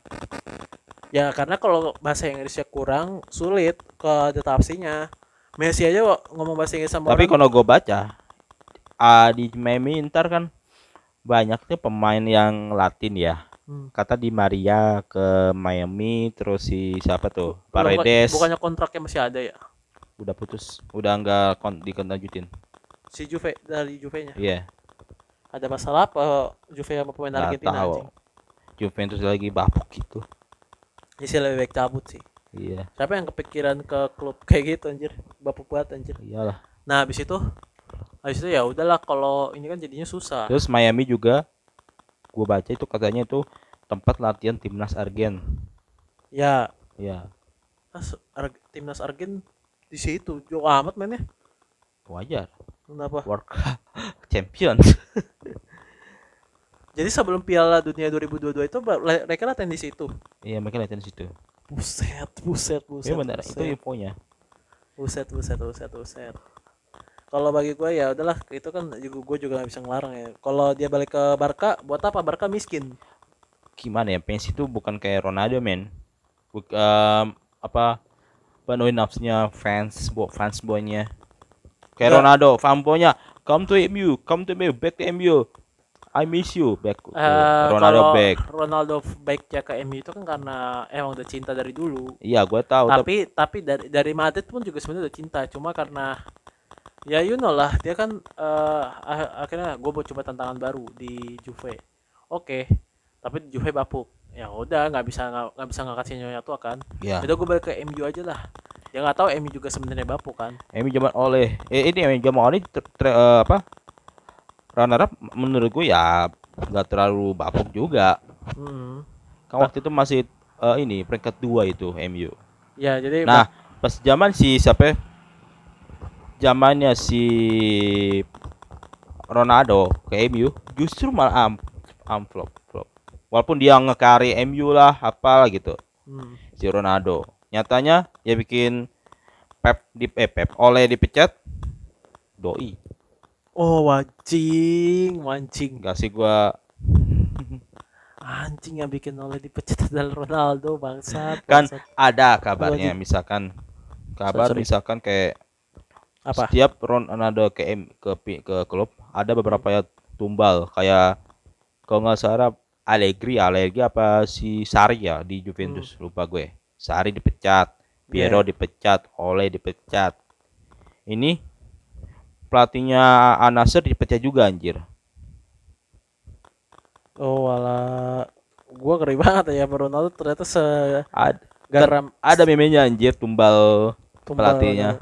Ya karena kalau bahasa Inggrisnya kurang sulit ke adaptasinya. Messi aja kok ngomong bahasa Inggris sama Tapi orang. kalau gue baca ah, di Miami ntar kan banyaknya pemain yang Latin ya. Hmm. Kata di Maria ke Miami, terus si siapa tuh? Bukan- Paredes Bukannya kontraknya masih ada ya? udah putus, udah enggak kon dilanjutin. Si Juve dari Juve-nya. Iya, Ada masalah apa Juve sama pemain nggak Argentina tahu. anjing? Juventus lagi bapuk gitu. Ya sih lebih baik cabut sih. Iya, Siapa yang kepikiran ke klub kayak gitu anjir? Bapuk banget anjir. iyalah. Nah, habis itu habis itu ya udahlah kalau ini kan jadinya susah. Terus Miami juga gue baca itu katanya itu tempat latihan timnas Argen. Ya, Ya, As- Ar- timnas Argen di situ. Jauh amat mainnya. wajar. Kenapa? World Cup Champion. Jadi sebelum Piala Dunia dua ribu dua puluh dua itu ba- le- mereka latihan di situ. Iya, mereka latihan di situ. Buset, buset, buset. Iya benar, buset. itu infonya. Buset, buset, buset, buset. Kalau bagi gue ya udahlah itu kan juga gue juga gak bisa ngelarang ya. Kalau dia balik ke Barca, buat apa? Barca miskin. Gimana ya, Messi itu bukan kayak Ronaldo men. Buk, em, apa penuhin nafsunya fans bo fans boynya kayak Ya. Ronaldo fanboynya come to M U, come to M U, back to M U. I miss you, back. to Eh, Ronaldo kalau back. Ronaldo backnya ke M U itu kan karena emang udah cinta dari dulu. Iya, gue tahu. Tapi tapi dari dari Madrid pun juga sebenarnya udah cinta, cuma karena ya you know lah dia kan eh, ah- akhirnya gue mau coba tantangan baru di Juve. Oke, tapi di Juve bapuk. Ya udah nggak bisa nggak nggak bisa ngangkat Nyonya tua kan. Iya. Udah gue balik ke M U aja lah. Ya nggak tahu M U juga sebenarnya bapuk kan. M U zaman oleh. Eh ini M U zaman oleh ter- ter- eh, apa? Runner up menurut gue ya nggak terlalu bapuk juga. Hmm. Kan waktu itu masih eh, ini peringkat dua itu M U. Ya jadi Nah, pas zaman si siapa? ya? Zamannya si Ronaldo ke M U justru malah am amplop flop. Walaupun dia nge-carry M U lah, apalah gitu. hmm. Si Ronaldo. Nyatanya ya bikin Pep di eh, Pep oleh dipecat. Doi. Oh wancing, wancing. Enggak sih gua Anjing yang bikin oleh dipecat adalah Ronaldo bangsat. kan bangsat. ada kabarnya misalkan kabar Sorry. misalkan kayak Apa? setiap Ronaldo ke M, ke pi- ke klub ada beberapa ya tumbal kayak kalau nggak salah Allegri Allegri apa si Sarri ya di Juventus lupa gue. Sarri dipecat, Piero Yeah. dipecat, Ole dipecat. Ini pelatihnya Al-Nassr dipecat juga anjir. Oh wala, gua ngeri banget ya Ronaldo ternyata Ad, segaram ada memenya anjir tumbal tumbal pelatihnya.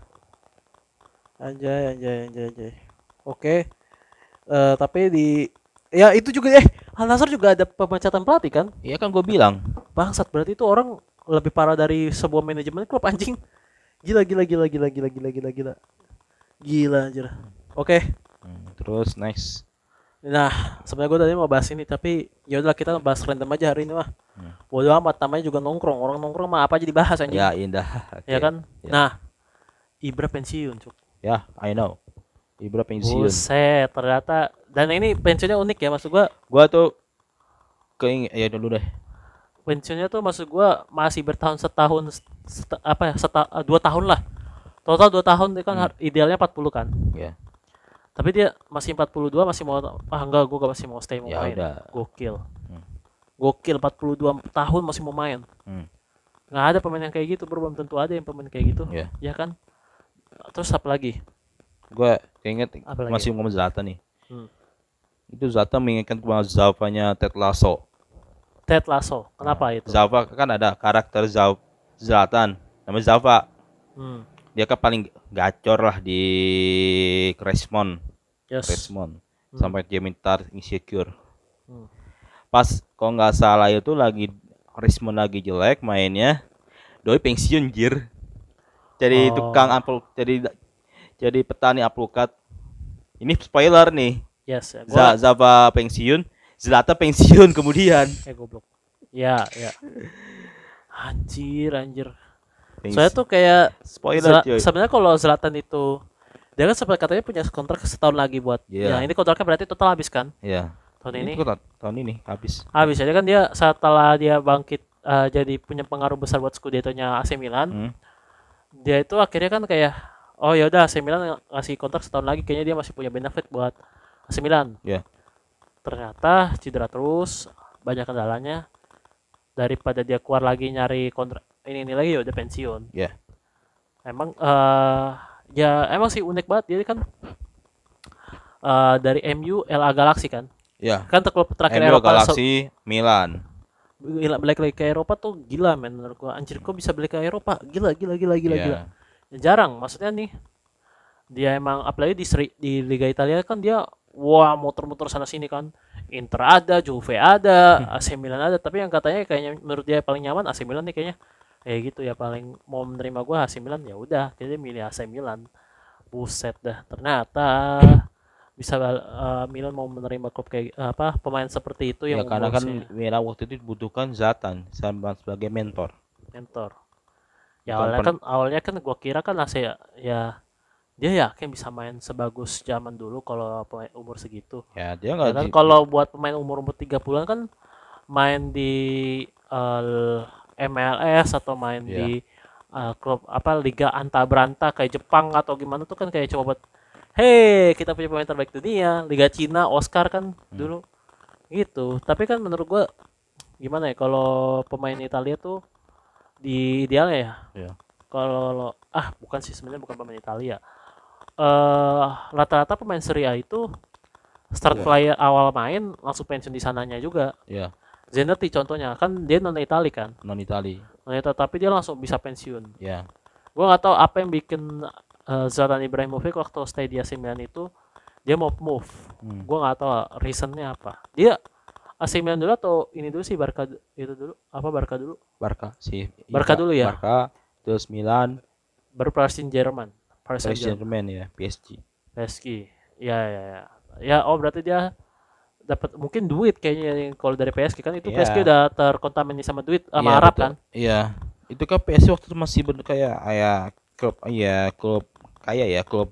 Anjay, anjay, anjay, anjay. Oke. Eh, tapi di ya itu juga eh Al Nassr juga ada pemecatan pelatih kan? Iya kan gue bilang. Bangsat berarti itu orang lebih parah dari sebuah manajemen klub anjing. Gila gila gila gila gila gila gila gila. Gila anjir. Oke. Hmm, terus next. Nah, sebenarnya gue tadi mau bahas ini tapi ya udah kita bahas random aja hari ini mah. Hmm. Bodoh amat namanya juga nongkrong. Orang nongkrong mah apa aja dibahas anjing. Ya indah. Ya Oke. kan? Ya. Nah, Ibra pensiun, Cuk. Ya, I know. Ibra pensiun. Buset, ternyata dan ini pensiunnya unik ya maksud gua. Gua tuh keing ya dulu deh. Pensiunnya tuh maksud gua masih bertahun setahun set, apa ya? Seta, eh, dua tahun lah. Total dua tahun itu kan Hmm. har- idealnya empat puluh kan. Ya. Tapi dia masih empat puluh dua masih mau ah enggak gua gak masih mau stay mau Ya main. udah. Gokil. Hmm. Gokil empat puluh dua tahun masih mau main. Hmm. Nggak ada pemain yang kayak gitu, bro. Belum tentu ada yang pemain kayak gitu. Ya. Ya kan? Terus apa lagi? Gua keinget Apalagi? masih ngomong Zlatan nih. Hmm. Itu Zlatan mengingatkan kepada Zava-nya Ted Lasso. Ted Lasso. Kenapa itu? Zava kan ada karakter Zav Zlatan namanya Zava. Hmm. Dia kan paling gacor lah di Cresmon. Yes. Cresmon. Hmm. Sampai dia minta insecure. Hmm. Pas kalau nggak salah itu lagi Cresmon lagi jelek mainnya. Doi pensiun jir. Jadi Oh. tukang apel jadi jadi petani alpukat. Ini spoiler nih. Yes, ya. Za- Gua Zava pensiun, Zlatan pensiun kemudian. eh goblok. Ya, ya. Anjir, anjir. Pensi- Soalnya tuh kayak spoiler Zla- cuy. sebenarnya kalau Zlatan itu dia kan sempat katanya punya kontrak setahun lagi buat. Iya. Ya, ini kontraknya berarti total habis kan? Ya. Tahun ini. Itu ta- tahun ini habis. Habis aja kan dia setelah dia bangkit eh, jadi punya pengaruh besar buat Scudetto-nya A C Milan. Hmm. Dia itu akhirnya kan kayak oh ya udah A C Milan ng- ngasih kontrak setahun lagi kayaknya dia masih punya benefit buat A C Milan. Ya. Ternyata cedera terus, banyak kendalanya. Daripada dia keluar lagi nyari kontrak ini ini lagi ya udah pensiun. Ya. Emang eh ya emang sih unik banget dia kan eh dari M U L A Galaxy kan. Ya. Kan klub terakhir M U Eropa se- Galaxy Milan. gila balik lagi ke Eropa tuh gila men menurut gua. Anjir kok bisa balik ke Eropa? Gila gila gila gila Ya. gila. Ya, jarang maksudnya nih. Dia emang apalagi di Seri- di Liga Italia kan dia wah muter-muter sana sini kan. Inter ada, Juve ada, A C Milan ada, tapi yang katanya kayaknya menurut dia paling nyaman A C Milan nih kayaknya. Kayak gitu ya paling mau menerima gua A C Milan ya udah, jadi milih A C Milan. Buset dah, ternyata bisa eh, Milan mau menerima klub kayak apa pemain seperti itu Ya yang karena kan umurnya Milan waktu itu dibutuhkan Zlatan sama sebagai mentor. mentor. Ya Bukan awalnya pen- kan awalnya kan gua kira kan A C ya, ya dia yakin bisa main sebagus zaman dulu kalau pemain umur segitu. Ya dia Ya nggak kan di- kalau buat pemain umur-umur tiga puluhan kan main di eh, M L S atau main Iya. di eh, klub apa liga anta beranta kayak Jepang atau gimana tuh kan kayak cuma buat Hei, kita punya pemain terbaik dunia, Liga Cina, Oscar kan dulu gitu. Tapi kan menurut gua gimana ya kalau pemain Italia tuh di idealnya ya. Iya. Kalau ah bukan sih sebenarnya bukan pemain Italia. Eh rata-rata pemain Serie A itu start Iya. player awal main langsung pensiun di sananya juga. Iya, Zanetti contohnya kan dia non Itali kan. non Itali. Non Itali tapi dia langsung bisa pensiun. Ya. Gua nggak tahu apa yang bikin eh, Zlatan Ibrahimovic waktu stay di A C Milan itu dia mau move. Hmm. Gua nggak tahu reasonnya apa. Dia A C Milan dulu atau ini dulu sih Barca itu dulu apa Barca dulu? Barca sih. Barca dulu ya? Barca, terus Milan, Baru Paris Saint-Germain. Paris Paris Saint-Germain. Saint-Germain ya, P S G. P S G. Ya ya ya. Ya oh berarti dia dapat mungkin duit kayaknya yang kalau dari P S G kan itu Iya. P S G udah terkontaminasi sama duit sama Iya, Arab betul. kan. Iya. Itu kan P S G waktu itu masih bener kayak kayak klub iya klub kayak ya klub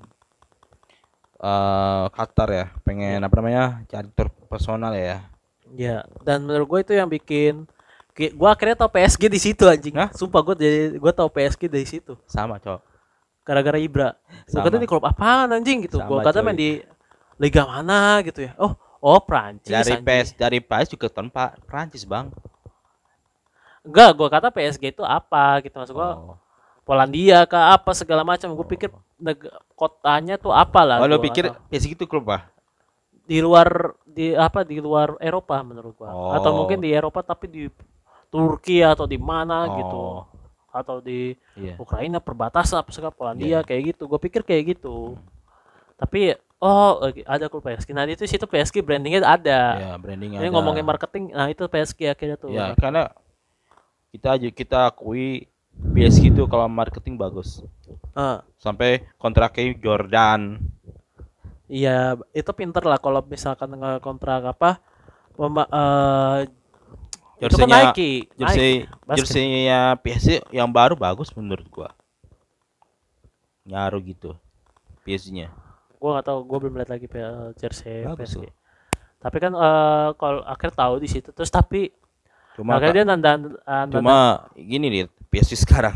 eh Qatar ya, pengen apa namanya? Cari tur personal ya. Ya, dan menurut gue itu yang bikin ki- gua akhirnya tau P S G di situ anjing. Hah? Sumpah gue jadi gue tau P S G dari situ. Sama, Cok. Gara-gara Ibra. Gue Sama. kata ini klub apaan anjing gitu. Gue Sama, kata coy. main di liga mana gitu ya. Oh, oh Prancis. Dari anjing. P S dari P S juga tanpa Prancis, Bang. Enggak, gue kata P S G itu apa gitu maksud gue. Oh. Polandia ke apa segala macam. Gue pikir neg- kotanya tuh apalah. Oh, lo gua pikir nggak tahu. P S G itu klub apa? Di luar di apa di luar Eropa menurut gua. Oh. Atau mungkin di Eropa tapi di Turki atau di mana Oh. gitu. Atau di Iya. Ukraina perbatasan apa segala Polandia Iya. kayak gitu. Gue pikir kayak gitu. Tapi oh ada klub P S G. Nah itu situ P S G brandingnya ada. Ya, branding Ini ada. ngomongin marketing, nah itu P S G akhirnya tuh. Ya, karena kita aja kita akui P S G itu kalau marketing bagus. Ah, Sampai kontraknya Jordan. iya itu pinter lah kalau misalkan kontrak apa pema- eh, itu kan Jersey-nya- Nike, Jersey basket. jersey-nya P S G yang baru bagus menurut gua. Nyaru gitu. P S G-nya. Gue nggak tahu, gue belum lihat lagi P- jersey Bagus P S G. tuh. Tapi kan eh, kalau akhir tahu di situ terus tapi Cuma akhirnya dia nanda, uh, cuma gini nih P S G sekarang.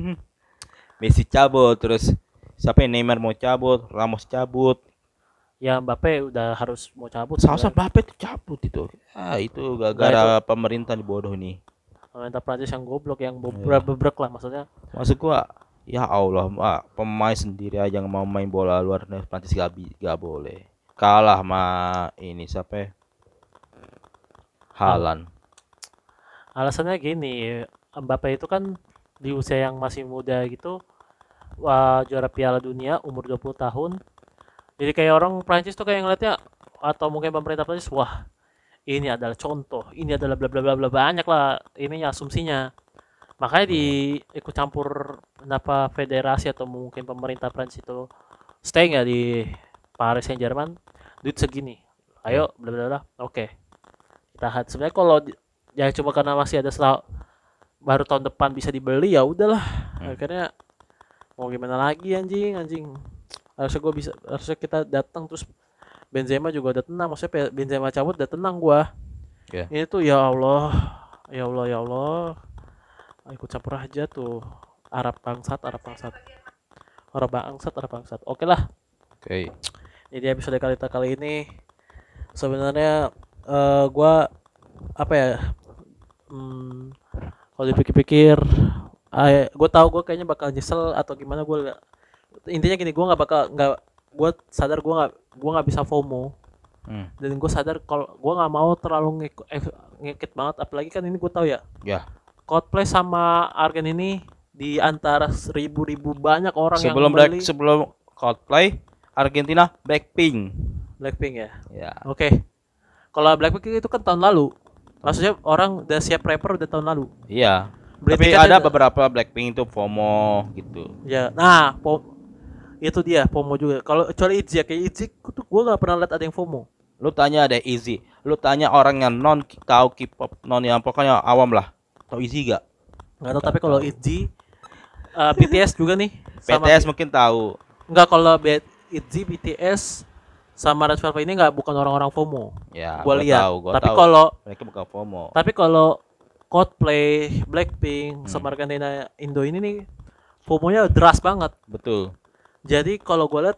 Messi cabut, terus siapa yang Neymar mau cabut, Ramos cabut. ya Mbappe udah harus mau cabut. Sama-sama kan. Mbappe itu cabut itu. Ah, itu gara-gara pemerintah dibodoh nih. Pemerintah Prancis yang goblok yang Iya. bebrek bebrek lah maksudnya. Maksud gua, ya Allah, ah, pemain sendiri aja yang mau main bola luar negeri Prancis gak, bi- gak boleh. Kalah sama ini siapa ya? Haaland. Alasannya gini, Mbappe itu kan di usia yang masih muda gitu, wah, juara Piala Dunia umur dua puluh tahun. Jadi kayak orang Prancis tuh kayak ngeliatnya atau mungkin pemerintah Prancis, wah ini adalah contoh, ini adalah bla bla bla bla banyak lah ininya asumsinya. Makanya di ikut campur kenapa federasi atau mungkin pemerintah Prancis itu stay nggak di Paris Saint-Germain, duit segini. Ayo bla bla bla. Oke. Tahan. Sebenarnya kalau di- ya cuma karena masih ada sel- baru tahun depan bisa dibeli ya udahlah. Hmm. Akhirnya mau gimana lagi anjing anjing. Harusnya gue bisa harusnya kita datang terus Benzema juga udah tenang, maksudnya Pe- Benzema cabut udah tenang gua. Ya. Ini tuh ya Allah, ya Allah ya Allah. Ikut campur aja tuh Arab bangsat, Arab bangsat. Arab bangsat, Arab bangsat. Oke lah. Oke. Jadi episode kali kita kali ini sebenarnya eh gua apa ya? Hmm, kalau dipikir-pikir, ah, gue tahu gue kayaknya bakal nyesel atau gimana gue intinya gini gue nggak bakal nggak gue sadar gue nggak gue nggak bisa FOMO Hmm. dan gue sadar kalau gue nggak mau terlalu ngik- eh, ngikut banget apalagi kan ini gue tahu ya Ya. Coldplay sama Argen ini di antara seribu-ribu banyak orang Sebelum yang Black beli sebelum Coldplay, Argentina Blackpink. Blackpink ya. Ya. Oke. Kalau Blackpink itu kan tahun lalu. Maksudnya orang udah siap rapper udah tahun lalu. Iya. Beli Tapi tiketnya ada udah- beberapa Blackpink itu FOMO gitu. Ya, nah, po- itu dia FOMO juga. Kalau kecuali Itzy ya, kayak Itzy tuh gue nggak pernah lihat ada yang FOMO. Lu tanya ada Easy. Lu tanya orang yang non tahu K-pop, non yang pokoknya awam lah. Tahu Easy gak? Nggak tahu tapi kalau Itzy, uh, B T S juga nih. B T S mungkin tahu. Nggak kalau B- Itzy, B T S sama Red Velvet ini nggak bukan orang-orang FOMO. Ya, Gua gua lihat. tahu, gua Tapi tahu. kalau Mereka bukan FOMO. tapi kalau Coldplay, Blackpink, Hmm. sama Argentina Indo ini nih FOMO-nya deras banget. Betul. Jadi kalau gue lihat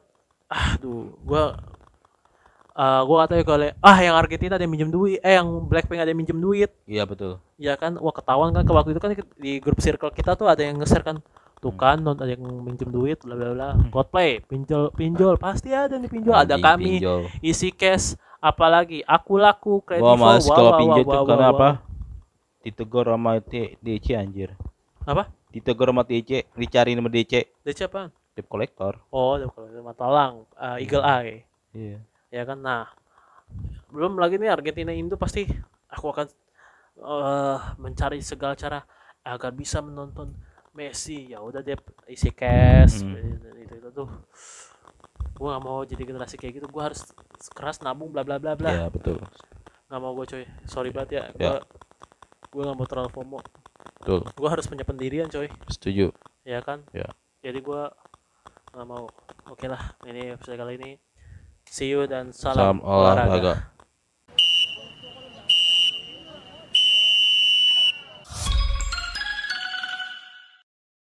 aduh gua uh, gua kata kalau ah yang Argentina ada yang minjem duit, eh yang Blackpink ada yang minjem duit. Iya betul. Ya kan, wah ketahuan kan ke waktu itu kan di grup circle kita tuh ada yang nge-share kan. Tuh Hmm. kan, non ada yang minjem duit bla bla bla. Coldplay, pinjol pinjol pasti ada nih pinjol. Ada Anjing, kami, pinjol. isi cash, apalagi aku laku, Gua kredivo, males wah kalau wah pinjol wah tuh wah karena wah. apa? Ditegur sama T- D C anjir. Apa? Ditegur sama D C, dicari sama D C, D C apaan? debt collector. Oh, kalau Matalang, uh, Eagle Eye. Iya. Ya kan, nah belum lagi nih Argentina Indo pasti aku akan uh, mencari segala cara agar bisa menonton Messi. Ya udah deh isi cash Hmm. itu, itu tuh gue gak mau jadi generasi kayak gitu, gue harus keras nabung bla bla bla bla. Iya betul. Gak mau gue coy, sorry banget ya, gue Ya. gue gak mau terlalu FOMO, Betul. gue harus punya pendirian coy, Setuju. ya kan. Ya. Jadi gue gak mau. Oke lah, ini episode kali ini see you dan Salam salam olahraga. olahraga.